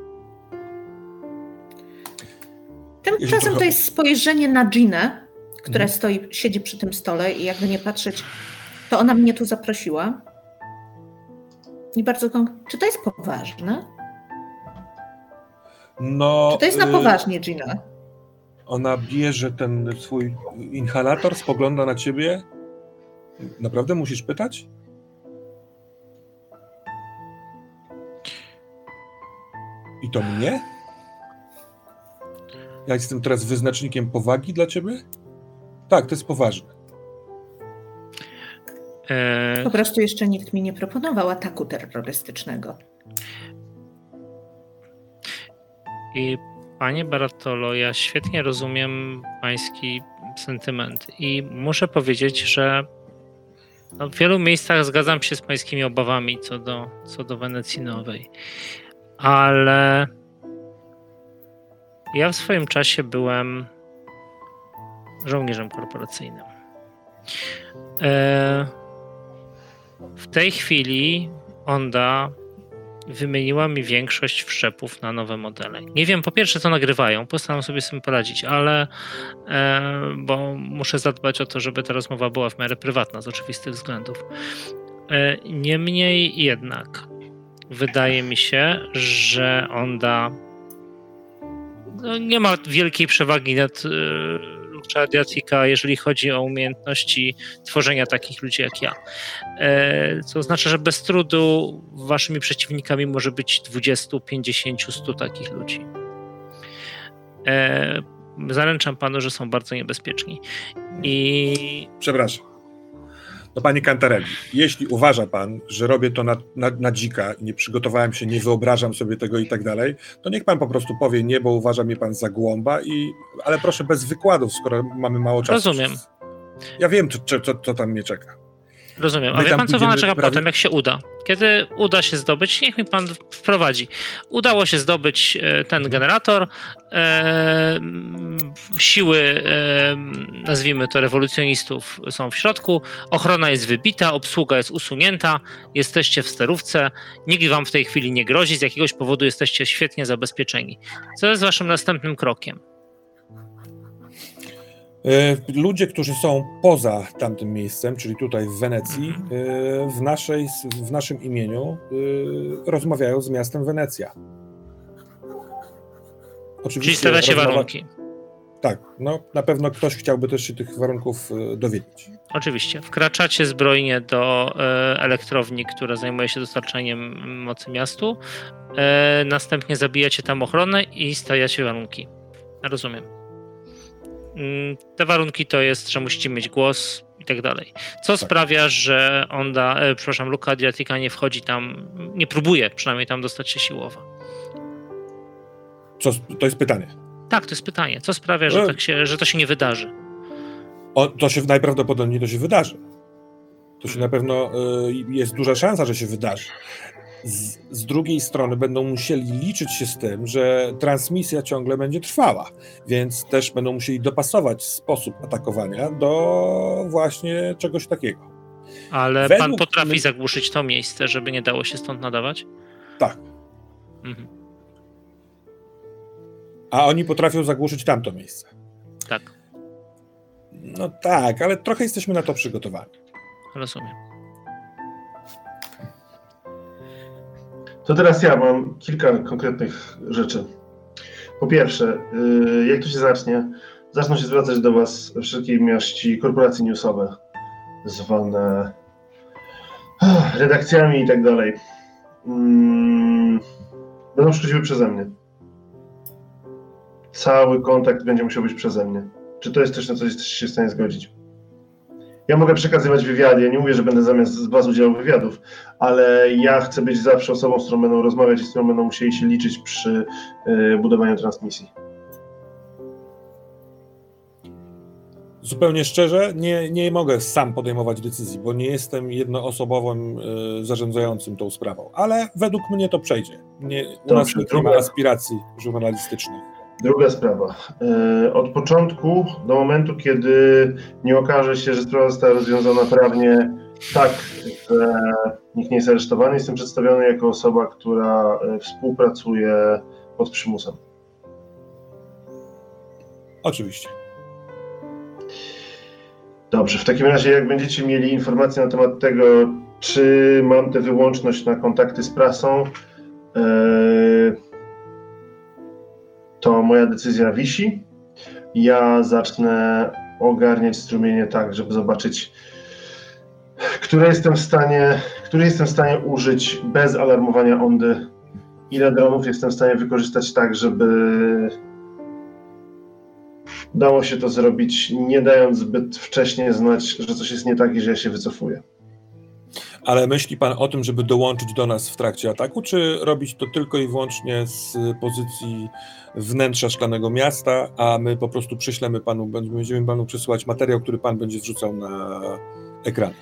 Tymczasem trochę... to jest spojrzenie na Ginę, która mhm. stoi, siedzi przy tym stole i jakby nie patrzeć, to ona mnie tu zaprosiła. I bardzo konkretnie, czy to jest poważne? No, czy to jest na poważnie, Gina? Ona bierze ten swój inhalator, spogląda na ciebie. Naprawdę musisz pytać? I to mnie? Ja jestem teraz wyznacznikiem powagi dla ciebie? Tak, to jest poważne. Eee... Po prostu jeszcze nikt mi nie proponował ataku terrorystycznego. I panie Baratolo, ja świetnie rozumiem pański sentyment i muszę powiedzieć, że no w wielu miejscach zgadzam się z pańskimi obawami co do, co do Wenecji Nowej, ale ja w swoim czasie byłem żołnierzem korporacyjnym. W tej chwili Onda wymieniła mi większość wszczepów na nowe modele. Nie wiem, po pierwsze co nagrywają, postaram sobie z tym poradzić, ale bo muszę zadbać o to, żeby ta rozmowa była w miarę prywatna z oczywistych względów. Niemniej jednak wydaje mi się, że Onda no, nie ma wielkiej przewagi nad Lucha Adriatica, jeżeli chodzi o umiejętności tworzenia takich ludzi jak ja. E, co oznacza, że bez trudu waszymi przeciwnikami może być dwadzieścia, pięćdziesiąt, sto takich ludzi. E, zaręczam panu, że są bardzo niebezpieczni. I... Przepraszam. No panie Cantarelli, jeśli uważa pan, że robię to na, na, na dzika i nie przygotowałem się, nie wyobrażam sobie tego i tak dalej, to niech pan po prostu powie nie, bo uważa mnie pan za głąba, i, ale proszę bez wykładów, skoro mamy mało czasu. Rozumiem. Ja wiem, co, co, co tam mnie czeka. Rozumiem. A wie pan, co pana czeka prawie... potem, jak się uda? Kiedy uda się zdobyć, niech mi pan wprowadzi. Udało się zdobyć ten generator. E, siły, e, nazwijmy to, rewolucjonistów są w środku. Ochrona jest wybita, obsługa jest usunięta. Jesteście w sterówce. Nikt wam w tej chwili nie grozi. Z jakiegoś powodu jesteście świetnie zabezpieczeni. Co jest waszym następnym krokiem? Ludzie, którzy są poza tamtym miejscem, czyli tutaj w Wenecji, w, naszej, w naszym imieniu rozmawiają z miastem Wenecja. Oczywiście czyli stawiacie rozmowa... warunki. Tak, no na pewno ktoś chciałby też się tych warunków dowiedzieć. Oczywiście. Wkraczacie zbrojnie do elektrowni, która zajmuje się dostarczaniem mocy miastu. Następnie zabijacie tam ochronę i stawiacie warunki. Rozumiem. Te warunki to jest, że musicie mieć głos i tak dalej. Co tak. sprawia, że Onda, e, przepraszam, Luka Adriatica nie wchodzi tam, nie próbuje przynajmniej tam dostać się siłowo? Co, to jest pytanie. Tak, to jest pytanie. Co sprawia, że, tak się, że to się nie wydarzy? O, to się najprawdopodobniej to się wydarzy. To się na pewno y, jest duża szansa, że się wydarzy. Z, z drugiej strony będą musieli liczyć się z tym, że transmisja ciągle będzie trwała, więc też będą musieli dopasować sposób atakowania do właśnie czegoś takiego. Ale Według pan potrafi my... zagłuszyć to miejsce, żeby nie dało się stąd nadawać? Tak. Mhm. A oni potrafią zagłuszyć tamto miejsce. Tak. No tak, ale trochę jesteśmy na to przygotowani. Rozumiem. To teraz ja mam kilka konkretnych rzeczy. Po pierwsze, jak to się zacznie, zaczną się zwracać do was wszelkie ilości korporacje newsowe, zwane redakcjami i tak dalej. Będą przychodziły przeze mnie. Cały kontakt będzie musiał być przeze mnie. Czy to jest coś, na co jesteście się w stanie zgodzić? Ja mogę przekazywać wywiady, ja nie mówię, że będę zamiast was udzielał wywiadów, ale ja chcę być zawsze osobą, z którą będą rozmawiać i z którą będą musieli się liczyć przy y, budowaniu transmisji. Zupełnie szczerze, nie, nie mogę sam podejmować decyzji, bo nie jestem jednoosobowym y, zarządzającym tą sprawą, ale według mnie to przejdzie. Nie, u Dobrze, nas nie druga, ma aspiracji żurnalistycznych. Druga sprawa. Y, od początku do momentu, kiedy nie okaże się, że sprawa została rozwiązana prawnie tak, że nikt nie jest aresztowany, jestem przedstawiony jako osoba, która współpracuje pod przymusem. Oczywiście. Dobrze, w takim razie jak będziecie mieli informacje na temat tego, czy mam tę wyłączność na kontakty z prasą, yy, to moja decyzja wisi. Ja zacznę ogarniać strumienie tak, żeby zobaczyć, które jestem w stanie, który jestem w stanie użyć bez alarmowania ondy, ile dronów jestem w stanie wykorzystać tak, żeby dało się to zrobić, nie dając zbyt wcześnie znać, że coś jest nie tak i że ja się wycofuję. Ale myśli pan o tym, żeby dołączyć do nas w trakcie ataku, czy robić to tylko i wyłącznie z pozycji wnętrza Szklanego Miasta, a my po prostu przyślemy panu, będziemy panu przesyłać materiał, który pan będzie zrzucał na ekran?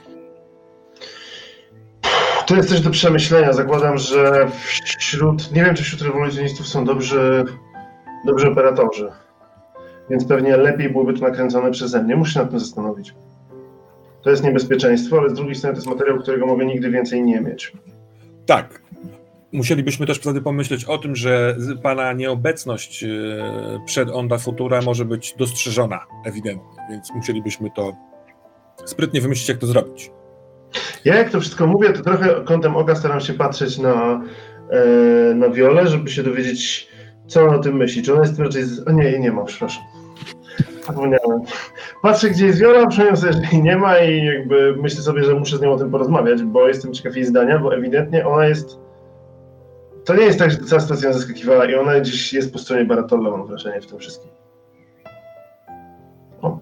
To jest coś do przemyślenia. Zakładam, że wśród, nie wiem, czy wśród rewolucjonistów są dobrzy, dobrzy operatorzy. Więc pewnie lepiej byłoby to nakręcone przeze mnie. Muszę się nad tym zastanowić. To jest niebezpieczeństwo, ale z drugiej strony to jest materiał, którego mogę nigdy więcej nie mieć. Tak. Musielibyśmy też wtedy pomyśleć o tym, że pana nieobecność przed Onda Futura może być dostrzeżona ewidentnie, więc musielibyśmy to sprytnie wymyślić, jak to zrobić. Ja jak to wszystko mówię, to trochę kątem oka staram się patrzeć na, na Wiolę, żeby się dowiedzieć, co ona o tym myśli. Czy ona jest raczej... Z... O nie, jej nie ma, przepraszam. Zapomniałem. Patrzę, gdzie jest Wiola, przypomniałem sobie, że jej nie ma i jakby myślę sobie, że muszę z nią o tym porozmawiać, bo jestem ciekaw jej zdania, bo ewidentnie ona jest... To nie jest tak, że cała sytuacja ją zaskakiwała i ona gdzieś jest po stronie Baratolla, mam wrażenie, w tym wszystkim. O.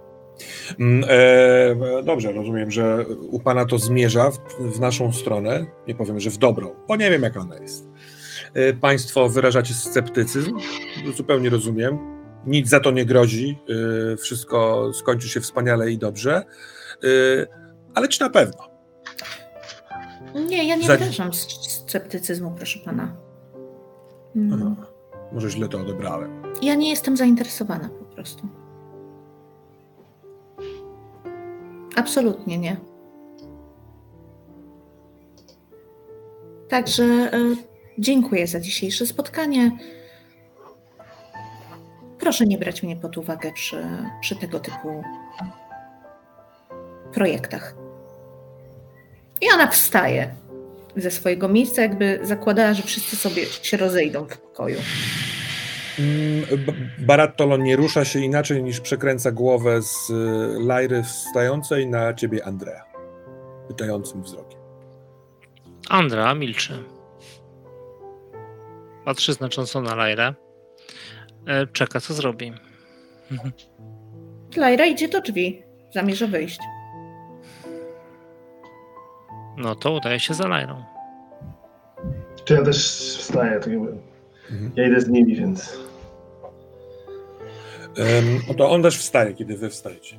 E, dobrze, rozumiem, że u pana to zmierza w, w naszą stronę. Nie powiem, że w dobrą, bo nie wiem, jak ona jest. E, państwo wyrażacie sceptycyzm, zupełnie rozumiem. Nic za to nie grozi, e, wszystko skończy się wspaniale i dobrze. E, ale czy na pewno? Nie, ja nie za... wyrażam sceptycyzmu, proszę pana. Hmm. Aha, może źle to odebrałem. Ja nie jestem zainteresowana po prostu. Absolutnie nie. Także y, dziękuję za dzisiejsze spotkanie. Proszę nie brać mnie pod uwagę przy, przy tego typu projektach. I ona wstaje ze swojego miejsca, jakby zakładała, że wszyscy sobie się rozejdą w pokoju. Barattolo nie rusza się inaczej niż przekręca głowę z Lajry wstającej na ciebie, Andrea, pytającym wzrokiem. Andrea milczy. Patrzy znacząco na Lajrę. Czeka, co zrobi. Mhm. Lyra idzie do drzwi. Zamierza wyjść. No to udaje się za Lyrą. To ja też wstaję, tak jakby. Mhm. Ja idę z nimi, więc... Um, to on też wstaje, kiedy wy wstajecie.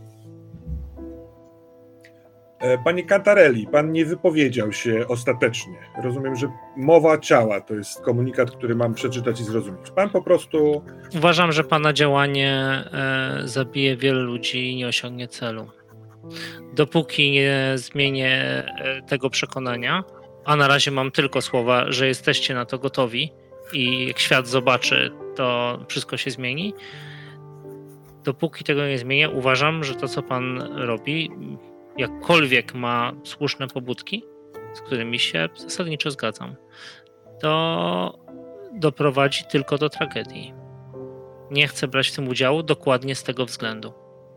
E, panie Cantarelli, pan nie wypowiedział się ostatecznie. Rozumiem, że mowa ciała to jest komunikat, który mam przeczytać i zrozumieć. Pan po prostu... Uważam, że pana działanie e, zabije wiele ludzi i nie osiągnie celu. Dopóki nie zmienię e, tego przekonania, a na razie mam tylko słowa, że jesteście na to gotowi i jak świat zobaczy, to wszystko się zmieni. Dopóki tego nie zmienię, uważam, że to, co pan robi, jakkolwiek ma słuszne pobudki, z którymi się zasadniczo zgadzam, to doprowadzi tylko do tragedii. Nie chcę brać w tym udziału dokładnie z tego względu.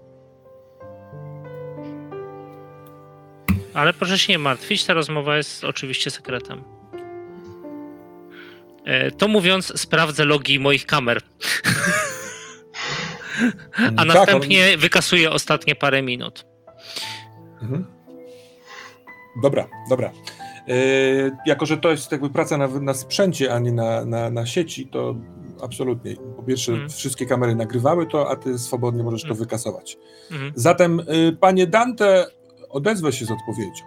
Ale proszę się nie martwić, ta rozmowa jest oczywiście sekretem. To mówiąc, sprawdzę logi moich kamer. A następnie tak, on... wykasuję ostatnie parę minut. Mhm. Dobra, dobra. Yy, jako, że to jest jakby praca na, na sprzęcie, a nie na, na, na sieci, to absolutnie. Po pierwsze, mhm. wszystkie kamery nagrywały to, a ty swobodnie możesz mhm. to wykasować. Mhm. Zatem, yy, panie Dante, odezwę się z odpowiedzią.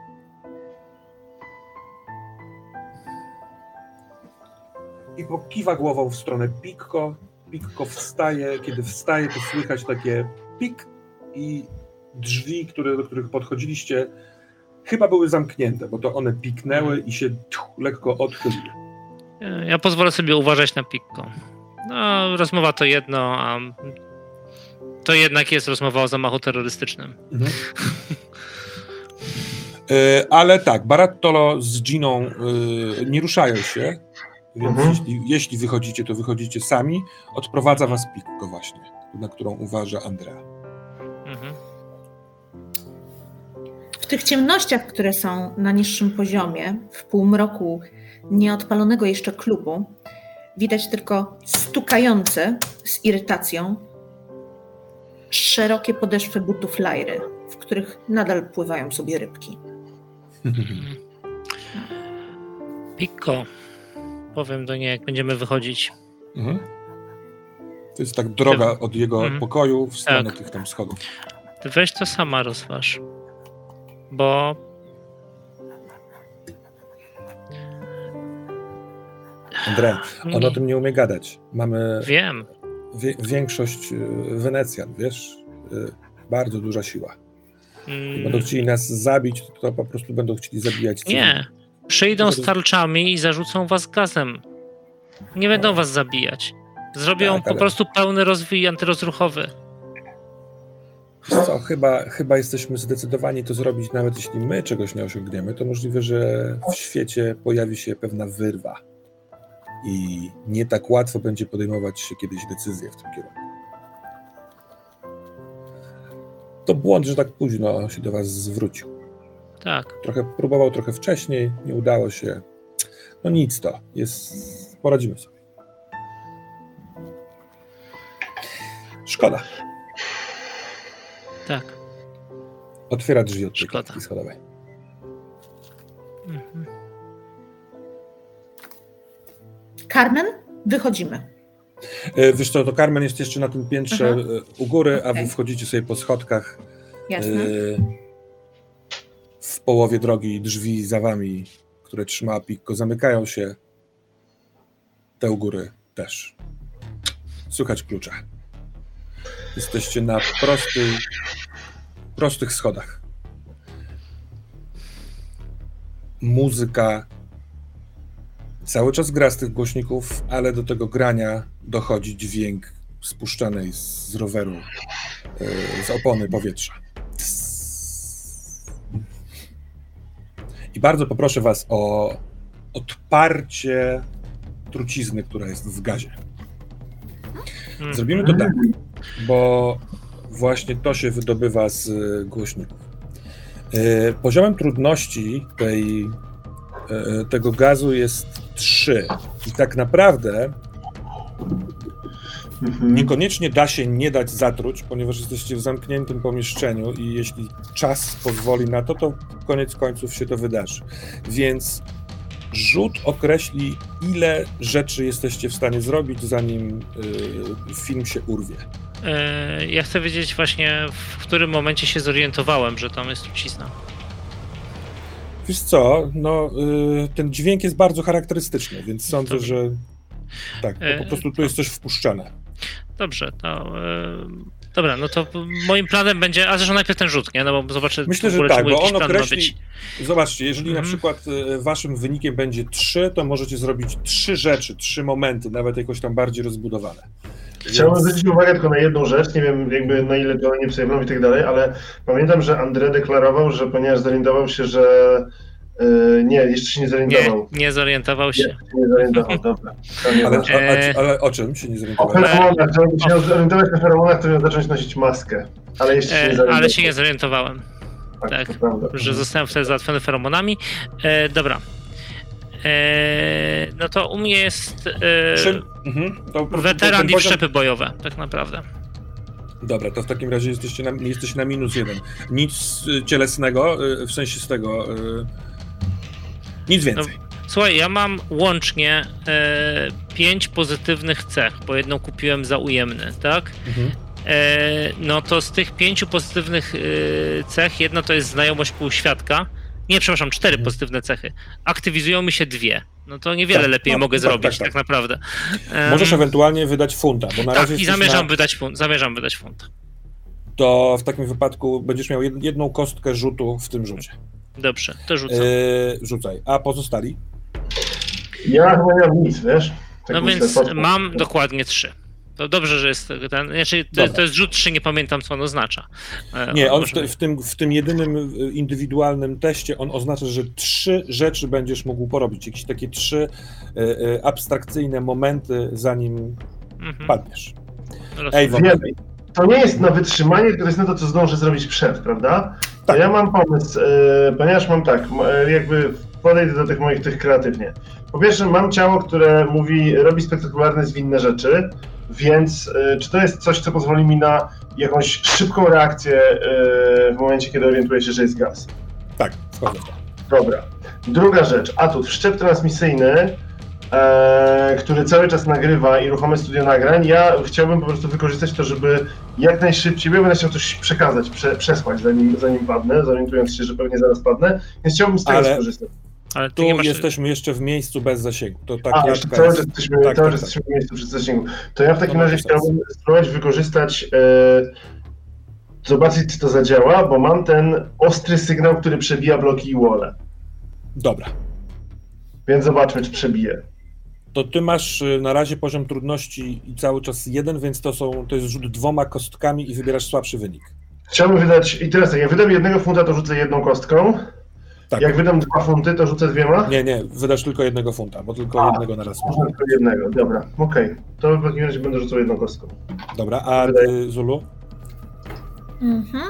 I pokiwa głową w stronę Pikko. Pikko wstaje. Kiedy wstaje, to słychać takie pik i drzwi, które, do których podchodziliście, chyba były zamknięte, bo to one piknęły i się tch, lekko odchyliły. Ja pozwolę sobie uważać na Pikko. No, rozmowa to jedno, a to jednak jest rozmowa o zamachu terrorystycznym. Mhm. yy, ale tak, Barattolo z Giną yy, nie ruszają się, więc mhm. jeśli, jeśli wychodzicie, to wychodzicie sami. Odprowadza was Pikko właśnie, na którą uważa Andrea. Mhm. W tych ciemnościach, które są na niższym poziomie, w półmroku nieodpalonego jeszcze klubu, widać tylko stukające z irytacją szerokie podeszwy butów Lyry, w których nadal pływają sobie rybki. Pikko, powiem do niej, jak będziemy wychodzić. Mhm. To jest tak droga od jego mhm. pokoju w stronę tak. tych tam schodów. Ty weź to sama rozważ, bo Andrea, on o tym nie umie gadać. Mamy Wiem. Wie, większość Wenecjan, wiesz? Bardzo duża siła. Mm. Będą chcieli nas zabić, to po prostu będą chcieli zabijać. Nie. Przyjdą z tarczami i zarzucą was gazem. Nie będą no. was zabijać. Zrobią tak, po ale... prostu pełny rozwój antyrozruchowy. Co, chyba, chyba jesteśmy zdecydowani to zrobić, nawet jeśli my czegoś nie osiągniemy, to możliwe, że w świecie pojawi się pewna wyrwa. I nie tak łatwo będzie podejmować się kiedyś decyzje w tym kierunku. To błąd, że tak późno się do was zwrócił. Tak. Trochę próbował trochę wcześniej, nie udało się. No nic to, jest, poradzimy sobie. Szkoda. Tak. Otwiera drzwi od tej klatki schodowej. Mhm. Carmen, wychodzimy. Wiesz co, to Carmen jest jeszcze na tym piętrze Aha. u góry, okay. a wy wchodzicie sobie po schodkach. Jasne. W połowie drogi drzwi za wami, które trzyma Pikko, zamykają się. Te u góry też. Słychać klucze. Jesteście na prosty, prostych schodach. Muzyka cały czas gra z tych głośników, ale do tego grania dochodzi dźwięk spuszczanej z roweru, z opony powietrza. I bardzo poproszę was o odparcie trucizny, która jest w gazie. Zrobimy to tak, bo właśnie to się wydobywa z głośników. Poziomem trudności tej, tego gazu jest trzy. I tak naprawdę Mhm. Niekoniecznie da się nie dać zatruć, ponieważ jesteście w zamkniętym pomieszczeniu i jeśli czas pozwoli na to, to koniec końców się to wydarzy. Więc rzut określi, ile rzeczy jesteście w stanie zrobić, zanim y, film się urwie. Ja chcę wiedzieć właśnie, w którym momencie się zorientowałem, że tam jest trucizna. Wiesz co, no y, ten dźwięk jest bardzo charakterystyczny, więc sądzę, Dobrze. że tak, to po prostu tu jest coś wpuszczane. Dobrze, to... Y, dobra, no to moim planem będzie... A zresztą najpierw ten rzut, nie? No bo zobaczę... Myślę, że ogóle, tak, bo on określi... Zobaczcie, jeżeli mm. na przykład y, waszym wynikiem będzie trzy, to możecie zrobić trzy rzeczy, trzy momenty, nawet jakoś tam bardziej rozbudowane. Chciałbym Więc... zwrócić uwagę tylko na jedną rzecz, nie wiem jakby na ile to nie przejmą i tak dalej, ale pamiętam, że André deklarował, że ponieważ zorientował się, że yy, nie, jeszcze się nie zorientował. Nie, nie zorientował się. Nie, nie zorientował, dobra. Ale, a, a, ale o czym się nie zorientował? O feromonach, że on się zorientować na feromonach, to miał zacząć nosić maskę, ale jeszcze się nie zorientował. Ale się nie zorientowałem, tak, tak że zostałem wtedy załatwiony feromonami. E, dobra. Eee, no to u mnie jest eee, mhm. to, weteran i wszczepy bojowe, tak naprawdę. Dobra, to w takim razie jesteście na, jesteście na minus jeden. Nic cielesnego, w sensie z tego, nic więcej. No, słuchaj, ja mam łącznie e, pięć pozytywnych cech, bo jedną kupiłem za ujemny, tak? Mhm. E, no to z tych pięciu pozytywnych e, cech, jedna to jest znajomość półświadka. Nie, przepraszam, cztery hmm. pozytywne cechy. Aktywizują mi się dwie. No to niewiele tak, lepiej no, mogę tak, zrobić, tak, tak. tak naprawdę. Możesz um, ewentualnie wydać funta, bo na tak, razie i zamierzam, na... wydać fun- zamierzam wydać funta. To w takim wypadku będziesz miał jedną kostkę rzutu w tym rzucie. Dobrze, to rzucam. Yy, rzucaj. A pozostali? Ja chyba nie mam nic, wiesz? Tak no więc podpór. Mam dokładnie trzy. To dobrze, że jest ten. Znaczy, to, to jest rzut trzy, nie pamiętam, co on oznacza. Nie, on w, te, w, tym, w tym jedynym indywidualnym teście on oznacza, że trzy rzeczy będziesz mógł porobić. Jakieś takie trzy e, e, abstrakcyjne momenty, zanim mhm. padniesz. Ej, to nie jest na wytrzymanie, tylko to jest na to, co zdążę zrobić przed, prawda? Tak. To ja mam pomysł, e, ponieważ mam tak, e, jakby podejdę do tych moich tych kreatywnie. Po pierwsze, mam ciało, które mówi, robi spektakularne, zwinne rzeczy. Więc y, czy to jest coś, co pozwoli mi na jakąś szybką reakcję y, w momencie, kiedy orientuję się, że jest gaz? Tak, zgodzę. Dobra. Druga rzecz, atut, wszczep transmisyjny, e, który cały czas nagrywa i ruchome studio nagrań. Ja chciałbym po prostu wykorzystać to, żeby jak najszybciej, bo będę chciał coś przekazać, prze, przesłać, zanim, zanim padnę, zorientując się, że pewnie zaraz padnę, więc chciałbym z tego Ale... skorzystać. Ale tu masz... jesteśmy jeszcze w miejscu bez zasięgu. To tak A, jeszcze cały czas jesteśmy, tak, cały tak, czas jesteśmy w miejscu bez zasięgu. To ja w takim to razie chciałbym spróbować wykorzystać, e, zobaczyć, czy to zadziała, bo mam ten ostry sygnał, który przebija bloki i wall. Dobra. Więc zobaczmy, czy przebije. To ty masz na razie poziom trudności i cały czas jeden, więc to są, to jest rzut dwoma kostkami i wybierasz słabszy wynik. Chciałbym wydać, i teraz tak, jak wydam jednego funta, to rzucę jedną kostką. Tak. Jak wydam dwa funty, to rzucę dwiema? Nie, nie, wydasz tylko jednego funta, bo tylko a, jednego na raz można. Tylko jednego, dobra, okej. Okay. To w takim razie będę rzucał jedną kostką. Dobra, a ty, Zulu? Mhm.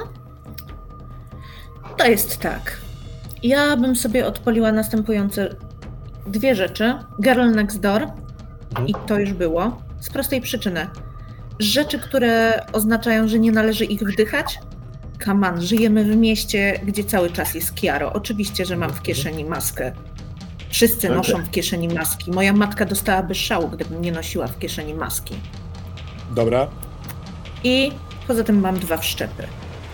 To jest tak. Ja bym sobie odpaliła następujące dwie rzeczy. Girl Next Door mhm. i to już było. Z prostej przyczyny. Rzeczy, które oznaczają, że nie należy ich wdychać. Come on, żyjemy w mieście, gdzie cały czas jest Chiaro. Oczywiście, że mam w kieszeni maskę. Wszyscy okay. noszą w kieszeni maski. Moja matka dostałaby szału, gdybym nie nosiła w kieszeni maski. Dobra. I poza tym mam dwa wszczepy.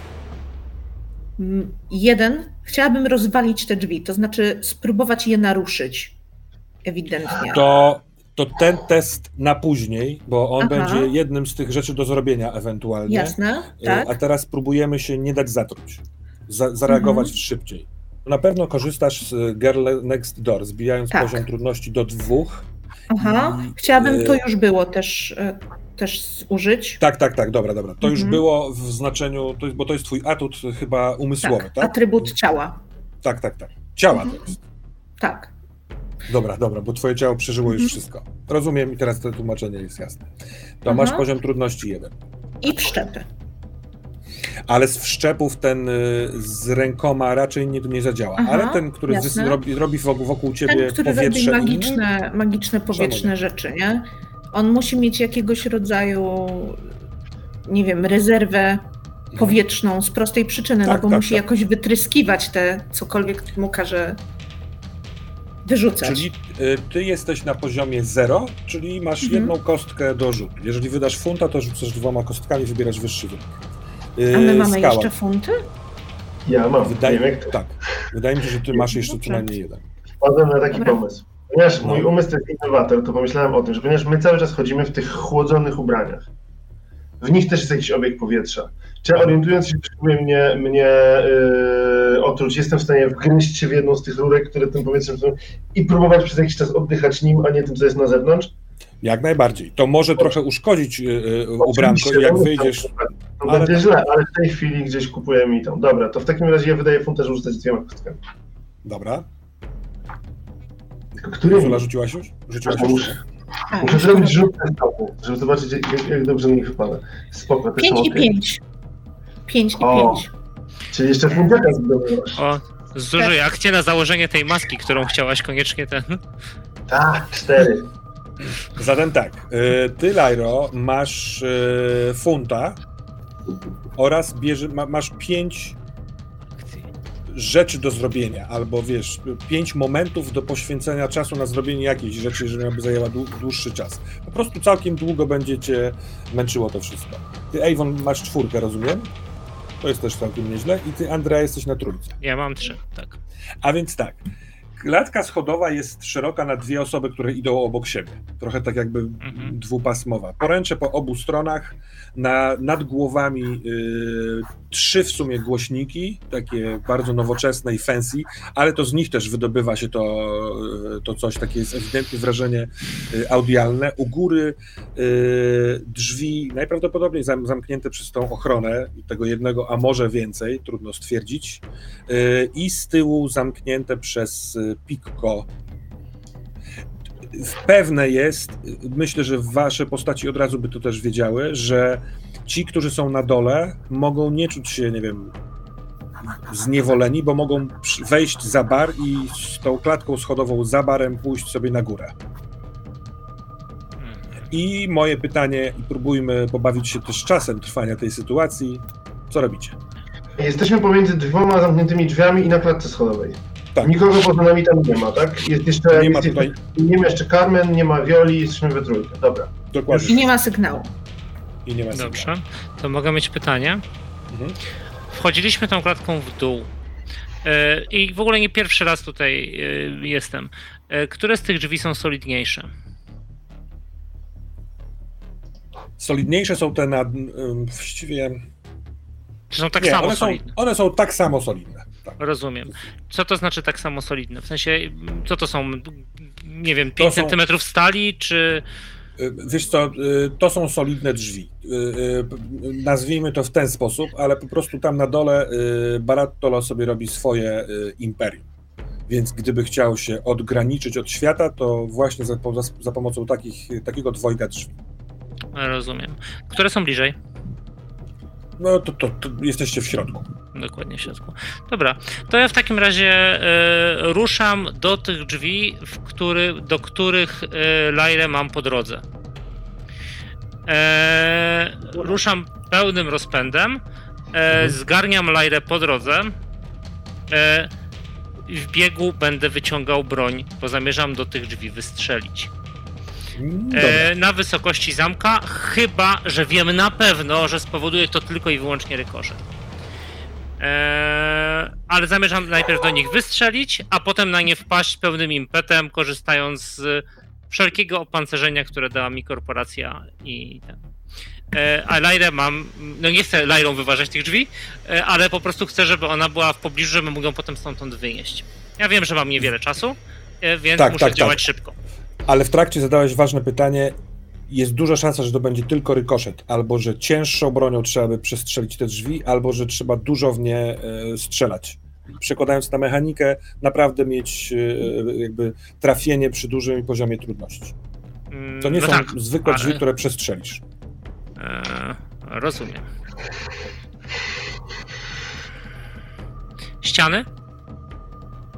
Jeden, chciałabym rozwalić te drzwi, to znaczy spróbować je naruszyć. Ewidentnie. To, to ten test na później, bo on Aha. będzie jednym z tych rzeczy do zrobienia ewentualnie. Jasne, tak. A teraz próbujemy się nie dać zatruć. Za, zareagować mhm. szybciej. Na pewno korzystasz z Girl Next Door, zbijając tak. poziom trudności do dwóch. Aha, I, chciałabym, to już było też, też użyć. Tak, tak, tak, dobra, dobra. To mhm. już było w znaczeniu, to jest, bo to jest twój atut chyba umysłowy, tak? tak? Atrybut ciała. Tak, tak, tak. Ciała mhm. to jest. Tak. Dobra, dobra, bo twoje ciało przeżyło już mhm. wszystko. Rozumiem i teraz to tłumaczenie jest jasne. To Aha. masz poziom trudności jeden. I wszczepy. Ale z wszczepów ten z rękoma raczej nie, nie zadziała. Aha, ale ten, który z, robi, robi wokół, wokół ciebie ten, który powietrze... robi magiczne, i... magiczne powietrzne rzeczy, nie? On musi mieć jakiegoś rodzaju, nie wiem, rezerwę powietrzną z prostej przyczyny, tak, no bo tak, musi tak. jakoś wytryskiwać te cokolwiek mu każe wyrzucać. Czyli y, ty jesteś na poziomie zero, czyli masz mhm. jedną kostkę do rzutu. Jeżeli wydasz funta, to rzucasz dwoma kostkami, wybierasz wyższy wynik. Y, A my mamy skała. jeszcze funty? Ja mam. Wydaje, wiem, tak. Wydaje mi się, że ty masz jeszcze Dobrze. co najmniej jeden. Wpadłem na taki Dobra. pomysł. Ponieważ no. mój umysł to jest innowator, to pomyślałem o tym, że ponieważ my cały czas chodzimy w tych chłodzonych ubraniach, w nich też jest jakiś obieg powietrza. Czy orientując się, czy próbuje mnie, mnie yy, otruć, jestem w stanie wgryźć się w jedną z tych rurek, które tym powietrzem są i próbować przez jakiś czas oddychać nim, a nie tym, co jest na zewnątrz? Jak najbardziej. To może trochę uszkodzić yy, ubranko, jak no, wyjdziesz... To ale będzie źle, ale w tej chwili gdzieś kupuję mi tą. Dobra, to w takim razie ja wydaję funta, że rzucać dwiema kostkami. Dobra. Tylko który... Zula rzuciłaś już? Rzuciłaś już? Muszę, muszę zrobić rzut na stopu, żeby zobaczyć, jak, jak dobrze mi wypada. Spoko. pięć i pięć. pięć i pięć. Czyli jeszcze funtaka zdobywasz. O, zużyj akcję na założenie tej maski, którą chciałaś koniecznie ten... Tak, cztery. Zatem tak, ty, Lairo, masz funta oraz bierze, ma, masz pięć rzeczy do zrobienia, albo wiesz, pięć momentów do poświęcenia czasu na zrobienie jakiejś rzeczy, jeżeli miałaby zajęła dłuższy czas. Po prostu całkiem długo będzie cię męczyło to wszystko. Ty, Avon, masz czwórkę, rozumiem? To jest też całkiem nieźle. I ty, Andrea, jesteś na trójce. Ja mam trzy, tak. A więc tak. Klatka schodowa jest szeroka na dwie osoby, które idą obok siebie. Trochę tak jakby mhm. dwupasmowa. Poręcze po obu stronach, na, nad głowami y, trzy w sumie głośniki, takie bardzo nowoczesne i fancy, ale to z nich też wydobywa się to, to coś, takie jest ewidentnie wrażenie y, audialne. U góry y, drzwi najprawdopodobniej zam, zamknięte przez tą ochronę, tego jednego, a może więcej, trudno stwierdzić. Y, I z tyłu zamknięte przez Pikko. Pewne jest, myślę, że wasze postaci od razu by to też wiedziały, że ci, którzy są na dole, mogą nie czuć się, nie wiem, zniewoleni, bo mogą wejść za bar i z tą klatką schodową za barem pójść sobie na górę. I moje pytanie, i próbujmy pobawić się też czasem trwania tej sytuacji, co robicie? Jesteśmy pomiędzy dwoma zamkniętymi drzwiami i na klatce schodowej. Tak. Nikogo poza nami tam nie ma, tak? Jest jeszcze, nie, ma jest tutaj... nie ma jeszcze Carmen, nie ma Violi, jesteśmy we trójkę. Dobra. Dokładnie. I nie ma sygnału. I nie ma sygnału. Dobrze, to mogę mieć pytanie. Mhm. Wchodziliśmy tą klatką w dół yy, i w ogóle nie pierwszy raz tutaj yy, jestem. Yy, które z tych drzwi są solidniejsze? Solidniejsze są te na... Yy, właściwie... Czy są tak nie, samo one solidne? Są, one są tak samo solidne. Tak. Rozumiem. Co to znaczy tak samo solidne? W sensie, co to są, nie wiem, pięć centymetrów stali, czy... Wiesz co, to są solidne drzwi. Nazwijmy to w ten sposób, ale po prostu tam na dole Barattolo sobie robi swoje imperium. Więc gdyby chciał się odgraniczyć od świata, to właśnie za, za pomocą takich, takiego dwojga drzwi. Rozumiem. Które są bliżej? No to, to, to jesteście w środku. Dokładnie w środku. Dobra, to ja w takim razie y, ruszam do tych drzwi, w który, do których y, Lairę mam po drodze. E, ruszam pełnym rozpędem, e, mhm. zgarniam Lairę po drodze. E, w biegu będę wyciągał broń, bo zamierzam do tych drzwi wystrzelić. E, na wysokości zamka, chyba że wiem na pewno, że spowoduje to tylko i wyłącznie rykoszet. E, ale zamierzam najpierw do nich wystrzelić, a potem na nie wpaść pełnym impetem, korzystając z wszelkiego opancerzenia, które dała mi korporacja i ten. E, a Lairę mam, no nie chcę Lairą wyważać tych drzwi, e, ale po prostu chcę, żeby ona była w pobliżu, żeby mogę ją potem stamtąd wynieść. Ja wiem, że mam niewiele czasu, e, więc tak, muszę tak, działać tak. szybko. Ale w trakcie zadałeś ważne pytanie. Jest duża szansa, że to będzie tylko rykoszet, albo że cięższą bronią trzeba by przestrzelić te drzwi, albo że trzeba dużo w nie e, strzelać. Przekładając na mechanikę, naprawdę mieć e, jakby trafienie przy dużym poziomie trudności. To nie no są tak, zwykłe ale... drzwi, które przestrzelisz. Eee, rozumiem. Ściany?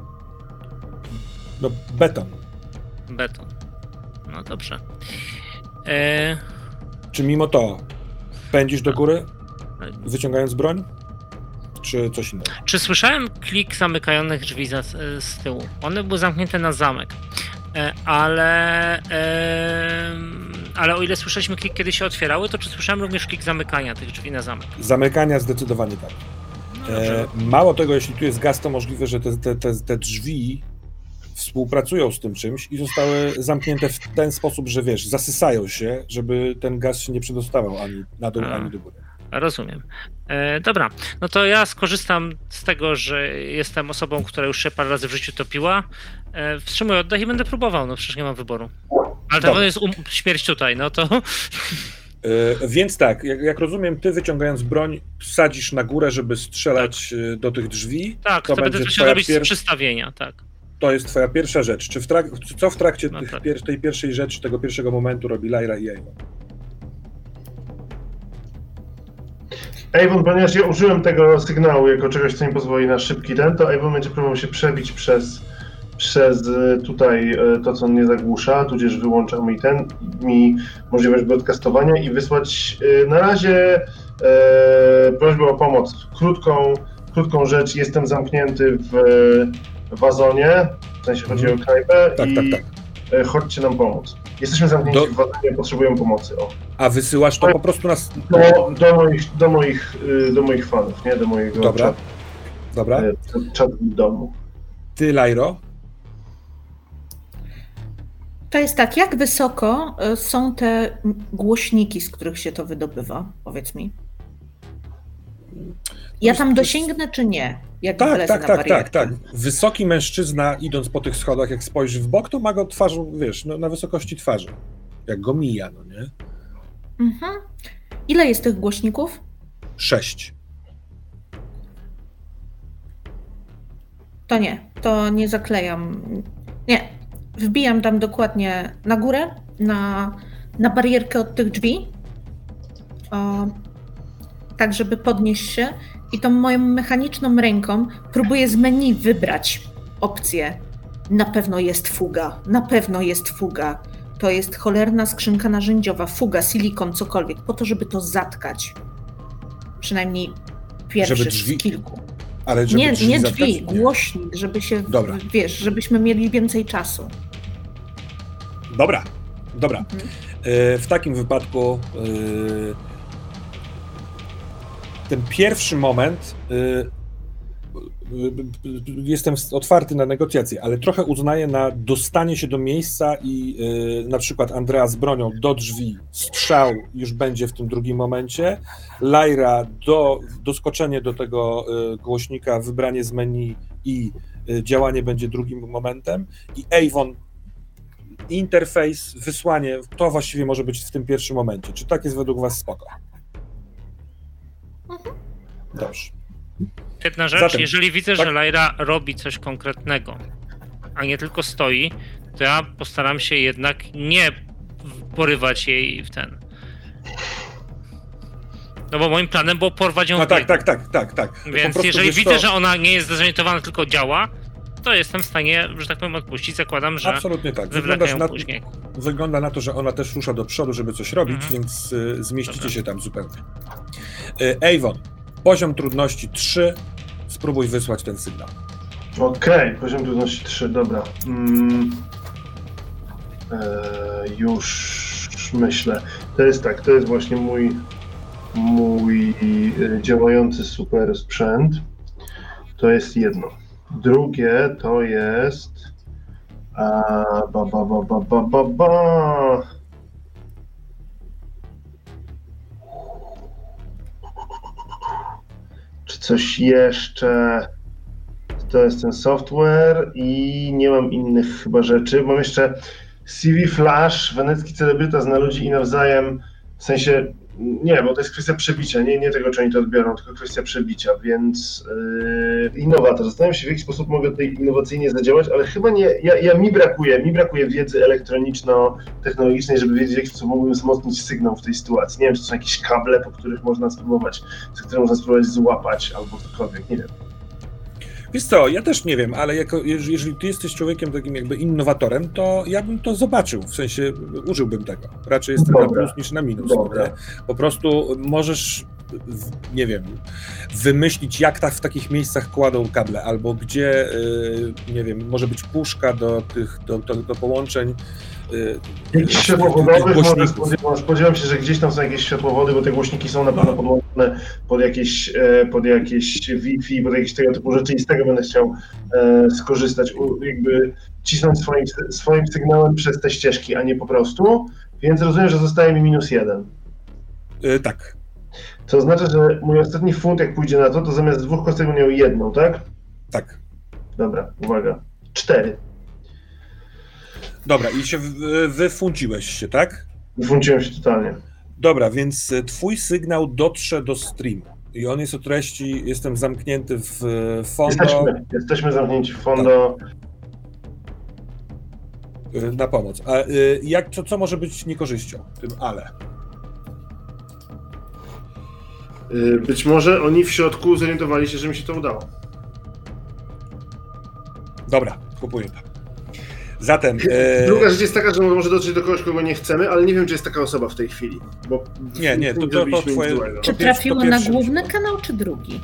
No beton. Beton. No dobrze. E... Czy mimo to pędzisz do góry, wyciągając broń? Czy coś innego? Czy słyszałem klik zamykających drzwi za, z tyłu? One były zamknięte na zamek, e, ale e, ale o ile słyszeliśmy klik, kiedy się otwierały, to czy słyszałem również klik zamykania tych drzwi na zamek? Zamykania zdecydowanie tak. No e, mało tego, jeśli tu jest gaz, to możliwe, że te, te, te, te drzwi współpracują z tym czymś i zostały zamknięte w ten sposób, że wiesz, zasysają się, żeby ten gaz się nie przedostawał ani na dół, A. ani do góry. Rozumiem. E, dobra, no to ja skorzystam z tego, że jestem osobą, która już się parę razy w życiu topiła. E, wstrzymuję oddech i będę próbował, no przecież nie mam wyboru. Ale to jest um- śmierć tutaj, no to... E, więc tak, jak, jak rozumiem, ty wyciągając broń sadzisz na górę, żeby strzelać tak. do tych drzwi. Tak, to, to będę chciał robić pier... z przystawienia, tak. To jest twoja pierwsza rzecz. Czy w trak... Co w trakcie no tych, tak. pier... tej pierwszej rzeczy, tego pierwszego momentu robi Lyra i Avon? Avon, ponieważ ja użyłem tego sygnału jako czegoś, co mi pozwoli na szybki ten, to Avon będzie próbował się przebić przez, przez tutaj to, co mnie zagłusza, tudzież wyłącza mi ten, mi możliwość broadcastowania i wysłać na razie e, prośbę o pomoc. Krótką, krótką rzecz, jestem zamknięty w wazonie, w sensie chodzi mm. o knajpę tak, i tak, tak. chodźcie nam pomóc. Jesteśmy zamknięci do... w wazonie, potrzebujemy pomocy. O. A wysyłasz to po prostu na... Do, do, moich, do, moich, do moich fanów, nie? Do mojego Dobra. Czat, Dobra. czatu domu. Ty, Lyro? To jest tak, jak wysoko są te głośniki, z których się to wydobywa? Powiedz mi. Ja tam dosięgnę, czy nie? Jak tak, tak, tak, tak, tak. Wysoki mężczyzna, idąc po tych schodach, jak spojrzy w bok, to ma go twarzą, wiesz, no, na wysokości twarzy. Jak go mija, no nie? Mhm. Ile jest tych głośników? Sześć. To nie, to nie zaklejam. Nie, wbijam tam dokładnie na górę, na, na barierkę od tych drzwi, o, tak żeby podnieść się. I tą moją mechaniczną ręką próbuję z menu wybrać opcję. Na pewno jest fuga, na pewno jest fuga. To jest cholerna skrzynka narzędziowa, fuga, silikon, cokolwiek, po to, żeby to zatkać. Przynajmniej pierwszy żeby drzwi... z kilku. Ale żeby nie, drzwi, nie zatkać? drzwi, głośnik, żeby się, dobra. wiesz, żebyśmy mieli więcej czasu. Dobra, dobra. Mhm. E, w takim wypadku e, ten pierwszy moment, y, y, y, jestem otwarty na negocjacje, ale trochę uznaję na dostanie się do miejsca i y, na przykład Andrea z bronią do drzwi, strzał już będzie w tym drugim momencie, Lyra do, doskoczenie do tego y, głośnika, wybranie z menu i y, działanie będzie drugim momentem i Avon, interfejs, wysłanie, to właściwie może być w tym pierwszym momencie. Czy tak jest według was spoko? Dobrze. Jedna rzecz, Zatem, jeżeli widzę, tak? że Lyra robi coś konkretnego, a nie tylko stoi, to ja postaram się jednak nie porywać jej w ten. No bo moim planem było porwać ją no w tak, tak, tak, tak, tak. Więc jeżeli widzę, to... że ona nie jest zdezorientowana, tylko działa, to jestem w stanie, że tak powiem, odpuścić. Zakładam, że absolutnie tak. Wygląda na, później. Wygląda na to, że ona też rusza do przodu, żeby coś robić, mhm. więc y, zmieścicie Dobra. się tam zupełnie. Y, Avon, poziom trudności trzy. Spróbuj wysłać ten sygnał. Okej, okay, poziom trudności trzy, dobra. Mm, e, już myślę. To jest tak, to jest właśnie mój, mój działający super sprzęt. To jest jedno. Drugie to jest... A, ba, ba, ba, ba, ba, ba, ba. Czy coś jeszcze? To jest ten software i nie mam innych chyba rzeczy. Mam jeszcze C V Flash, wenecki celebryta zna ludzi i nawzajem, w sensie, nie, bo to jest kwestia przebicia, nie, nie tego, czy oni to odbiorą, tylko kwestia przebicia, więc yy, innowator. Zastanawiam się, w jaki sposób mogę tutaj innowacyjnie zadziałać, ale chyba nie, ja, ja mi brakuje, mi brakuje wiedzy elektroniczno-technologicznej, żeby wiedzieć, w jaki sposób mógłbym wzmocnić sygnał w tej sytuacji. Nie wiem, czy to są jakieś kable, po których można spróbować, za które można spróbować złapać, albo cokolwiek, nie wiem. Wiesz co, ja też nie wiem, ale jako, jeżeli ty jesteś człowiekiem takim jakby innowatorem, to ja bym to zobaczył, w sensie użyłbym tego. Raczej jestem Dobra. na plus niż na minus. Po prostu możesz, nie wiem, wymyślić, jak tak w takich miejscach kładą kable, albo gdzie, nie wiem, może być puszka do tych, do, do, do połączeń. Jakiś światłowodowych, może spodziewam, spodziewam się, że gdzieś tam są jakieś światłowody, bo te głośniki są na pewno podłączone pod jakieś, pod jakieś Wi-Fi, pod jakieś tego typu rzeczy i z tego będę chciał e, skorzystać, jakby cisnąć swoim, swoim sygnałem przez te ścieżki, a nie po prostu, więc rozumiem, że zostaje mi minus jeden. Yy, tak. Co oznacza, że mój ostatni funt, jak pójdzie na to, to zamiast dwóch kostek będę miał jedną, tak? Tak. Dobra, uwaga. Cztery. Dobra, i się wyfunciłeś się, tak? Wyfunciłem się totalnie. Dobra, więc twój sygnał dotrze do streamu i on jest o treści, jestem zamknięty w fondo. Jesteśmy, jesteśmy zamknięci w fondo. Tak. Na pomoc. A jak, co, co może być niekorzyścią tym ale? Być może oni w środku zorientowali się, że mi się to udało. Dobra, kupuję to. Zatem... E... Druga rzecz jest taka, że może dotrzeć do kogoś, kogo nie chcemy, ale nie wiem, czy jest taka osoba w tej chwili. Bo nie, nie, to, to, to twoje... Czy trafiło na główny kanał, czy drugi?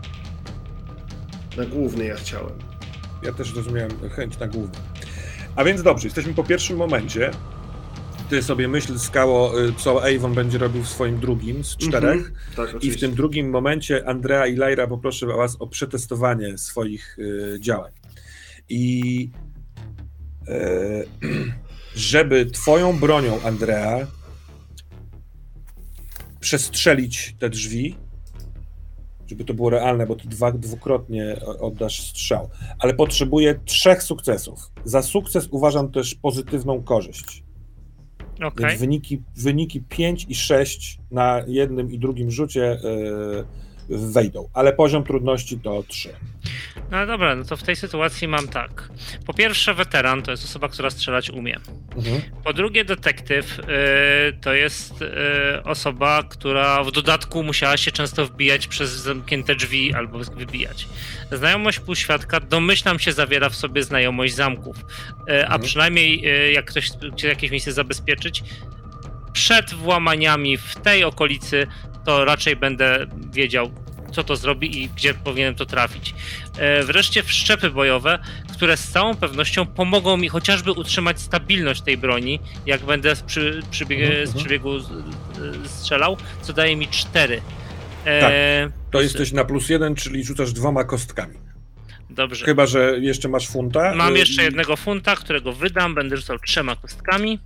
Na główny ja chciałem. Ja też rozumiałem chęć na główny. A więc dobrze, jesteśmy po pierwszym momencie. Ty sobie myśl, Skało, co Avon będzie robił w swoim drugim z czterech. Mm-hmm. Tak, i w tym drugim momencie Andrea i Lyra poproszę was o przetestowanie swoich y, działań. I żeby twoją bronią, Andrea, przestrzelić te drzwi, żeby to było realne, bo ty dwa, dwukrotnie oddasz strzał, ale potrzebuję trzech sukcesów. Za sukces uważam też pozytywną korzyść. Okay. Więc wyniki, wyniki pięć i sześć na jednym i drugim rzucie yy, wejdą, ale poziom trudności to trzy. No dobra, no to w tej sytuacji mam tak. Po pierwsze, weteran to jest osoba, która strzelać umie. Mhm. Po drugie, detektyw y, to jest y, osoba, która w dodatku musiała się często wbijać przez zamknięte drzwi albo wybijać. Znajomość półświadka, domyślam się, zawiera w sobie znajomość zamków. Y, mhm. A przynajmniej y, jak ktoś chce jakieś miejsce zabezpieczyć, przed włamaniami w tej okolicy to raczej będę wiedział, co to zrobi i gdzie powinienem to trafić. Wreszcie wszczepy bojowe, które z całą pewnością pomogą mi chociażby utrzymać stabilność tej broni, jak będę z, przy, przybieg- z przebiegu strzelał, co daje mi cztery. Tak, to jesteś na plus jeden, czyli rzucasz dwoma kostkami. Dobrze. Chyba że jeszcze masz funta. Mam jeszcze jednego funta, którego wydam, będę rzucał trzema kostkami.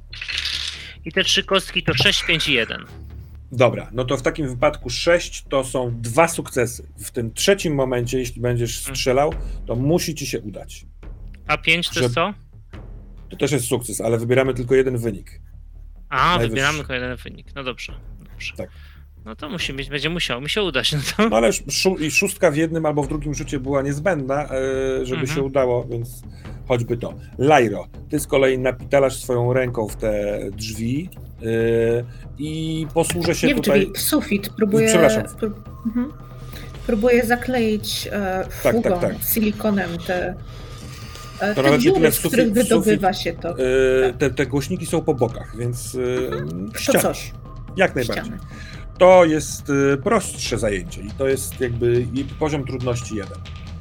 I te trzy kostki to sześć, pięć i jeden. Dobra, no to w takim wypadku sześć to są dwa sukcesy. W tym trzecim momencie, jeśli będziesz strzelał, to musi ci się udać. A pięć to jest co? To też jest sukces, ale wybieramy tylko jeden wynik. A, Najwyższy. Wybieramy tylko jeden wynik. No dobrze. dobrze. Tak. No to musi być, będzie musiał mi się udać. No, to... no ale szó- i szóstka w jednym albo w drugim rzucie była niezbędna, żeby mhm. się udało, więc choćby to. Lyro, ty z kolei napitalasz swoją ręką w te drzwi yy, i posłużę się Nie tutaj... Nie w drzwi, w sufit. Próbuję, Przepraszam. Pró- mhm. Próbuję zakleić e, fugą, tak, tak, tak. silikonem te, e, te dziury, z sufit, których wydobywa sufit, się to. Yy, tak. te, te głośniki są po bokach, więc yy, mhm. To coś. Jak najbardziej. Ściany. To jest y, prostsze zajęcie i to jest jakby poziom trudności jeden.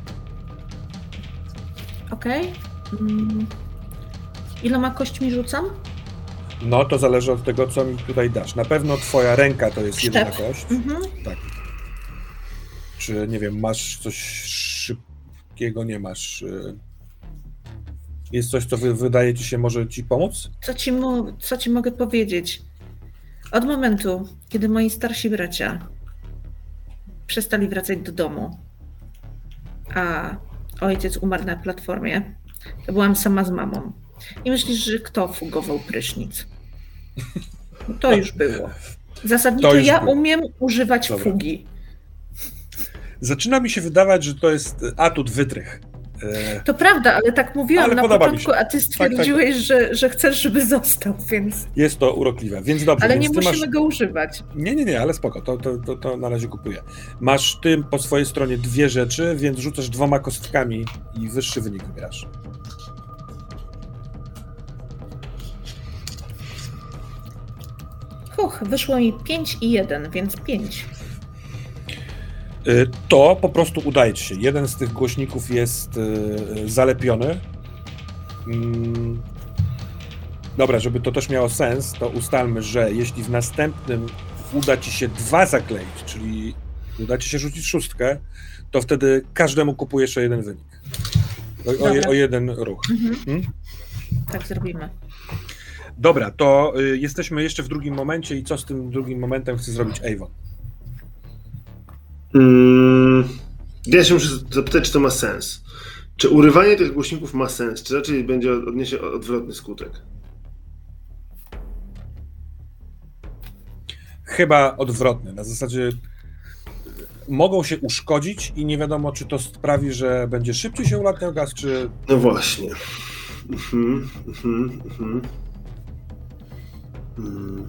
Okej. Okay. Mm. Iloma kośćmi rzucam? No to zależy od tego, co mi tutaj dasz. Na pewno twoja ręka to jest Szczep. jedna kość. Mhm. Tak. Czy, nie wiem, masz coś szybkiego, nie masz? Jest coś, co wy, wydaje ci się, może ci pomóc? Co ci, mu, co ci mogę powiedzieć? Od momentu, kiedy moi starsi bracia przestali wracać do domu, a ojciec umarł na platformie, to byłam sama z mamą. I myślisz, że kto fugował prysznic? To już było. Zasadniczo już ja było. umiem używać Dobra. fugi. Zaczyna mi się wydawać, że to jest atut wytrych. To prawda, ale tak mówiłam ale na początku, a ty stwierdziłeś, tak, tak. Że, że chcesz, żeby został, więc... Jest to urokliwe, więc dobrze. Ale więc nie musimy masz... go używać. Nie, nie, nie, ale spoko, to, to, to, to na razie kupuję. Masz ty po swojej stronie dwie rzeczy, więc rzucasz dwoma kostkami i wyższy wynik wybierasz. Huch, wyszło mi pięć i jeden, więc pięć. To po prostu udaje ci się. Jeden z tych głośników jest zalepiony. Dobra, żeby to też miało sens, to ustalmy, że jeśli w następnym uda ci się dwa zakleić, czyli uda ci się rzucić szóstkę, to wtedy każdemu kupujesz o jeden wynik. O, o, o jeden ruch. Mhm. Hmm? Tak zrobimy. Dobra, to y, jesteśmy jeszcze w drugim momencie i co z tym drugim momentem chce zrobić Avon? Hmm, ja się muszę zapytać, czy to ma sens. Czy urywanie tych głośników ma sens, czy raczej będzie odniesie odwrotny skutek? Chyba odwrotny. Na zasadzie mogą się uszkodzić i nie wiadomo, czy to sprawi, że będzie szybciej się ulatniał gaz, czy... No właśnie. Mhm, mhm, mhm. Hmm.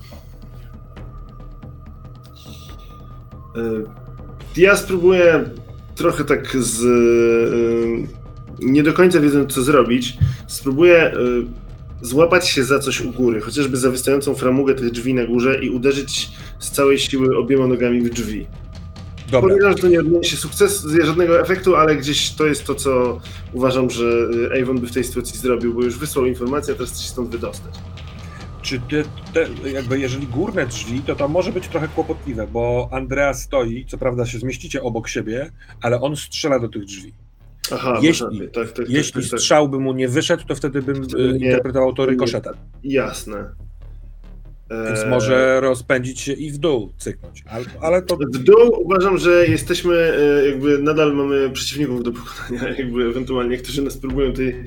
Ja spróbuję trochę tak z... nie do końca wiedząc, co zrobić, spróbuję złapać się za coś u góry, chociażby za wystającą framugę tych drzwi na górze i uderzyć z całej siły obiema nogami w drzwi. Podejrzewam, że to nie odniesie sukcesu, żadnego efektu, ale gdzieś to jest to, co uważam, że Avon by w tej sytuacji zrobił, bo już wysłał informację, a teraz chce się stąd wydostać. Czy ty, te, jakby jeżeli górne drzwi, to to może być trochę kłopotliwe, bo Andrea stoi, co prawda się zmieścicie obok siebie, ale on strzela do tych drzwi. Aha, jeśli tak, tak, tak, jeśli tak, tak. strzał by mu nie wyszedł, to wtedy bym wtedy nie, interpretował to rykoszetem. Jasne. Więc eee... może rozpędzić się i w dół cyknąć. Ale, ale to... W dół uważam, że jesteśmy, jakby nadal mamy przeciwników do pokonania, jakby ewentualnie, którzy nas próbują tej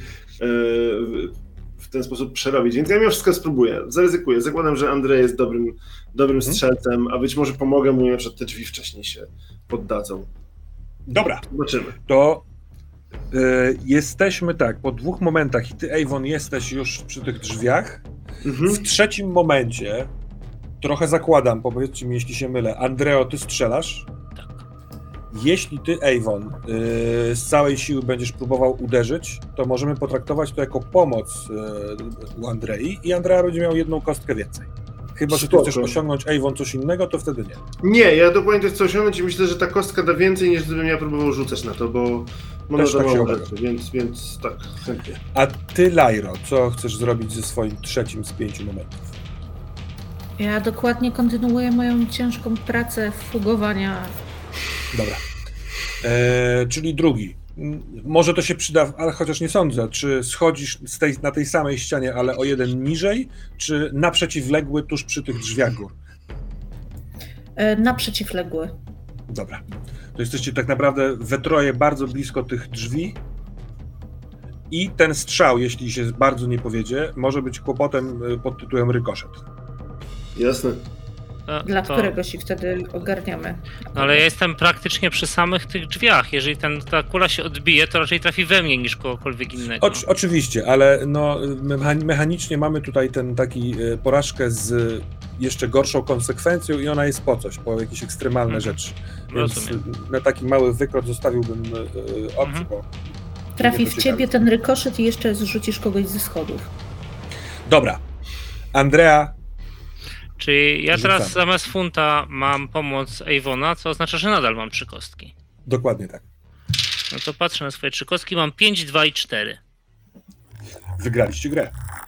w ten sposób przerobić. Więc ja mimo wszystko spróbuję, zaryzykuję. Zakładam, że Andrzej jest dobrym, dobrym strzelcem, a być może pomogę mu, na przykład te drzwi wcześniej się poddadzą. Dobra. Zobaczymy. To y, jesteśmy tak, po dwóch momentach i ty, Avon, jesteś już przy tych drzwiach. Mhm. W trzecim momencie, trochę zakładam, powiedzcie mi, jeśli się mylę, Andreo, ty strzelasz. Jeśli ty, Avon, yy, z całej siły będziesz próbował uderzyć, to możemy potraktować to jako pomoc yy, u Andrei i Andrea będzie miał jedną kostkę więcej. Chyba, że ty chcesz osiągnąć, Avon, coś innego, to wtedy nie. Nie, ja dokładnie chcę osiągnąć i myślę, że ta kostka da więcej, niż gdybym ja próbował rzucać na to, bo mam na to mało rzeczy, więc, więc tak, chętnie. A ty, Lairo, co chcesz zrobić ze swoim trzecim z pięciu momentów? Ja dokładnie kontynuuję moją ciężką pracę fugowania. Dobra. Eee, czyli drugi. Może to się przyda, ale chociaż nie sądzę, czy schodzisz z tej, na tej samej ścianie, ale o jeden niżej, czy na przeciwległy tuż przy tych drzwiach gór? E, na przeciwległy. Dobra. To jesteście tak naprawdę we troje bardzo blisko tych drzwi i ten strzał, jeśli się bardzo nie powiedzie, może być kłopotem pod tytułem rykoszet. Jasne. No, Dla to... którego się wtedy ogarniamy. No, ale ja jestem praktycznie przy samych tych drzwiach. Jeżeli ten, ta kula się odbije, to raczej trafi we mnie niż kogokolwiek innego. O, oczywiście, ale no, mechanicznie mamy tutaj ten taki porażkę z jeszcze gorszą konsekwencją i ona jest po coś, po jakieś ekstremalne hmm. rzeczy. Więc Rozumiem. Na taki mały wykrot zostawiłbym opcję, hmm. bo trafi w ciebie ten rykoszet i jeszcze zrzucisz kogoś ze schodów. Dobra. Andrea. Czyli ja teraz Rzucamy. Zamiast funta mam pomoc Avona, co oznacza, że nadal mam trzy kostki. Dokładnie tak. No to patrzę na swoje trzy kostki, mam pięć, dwa i cztery. Wygraliście grę.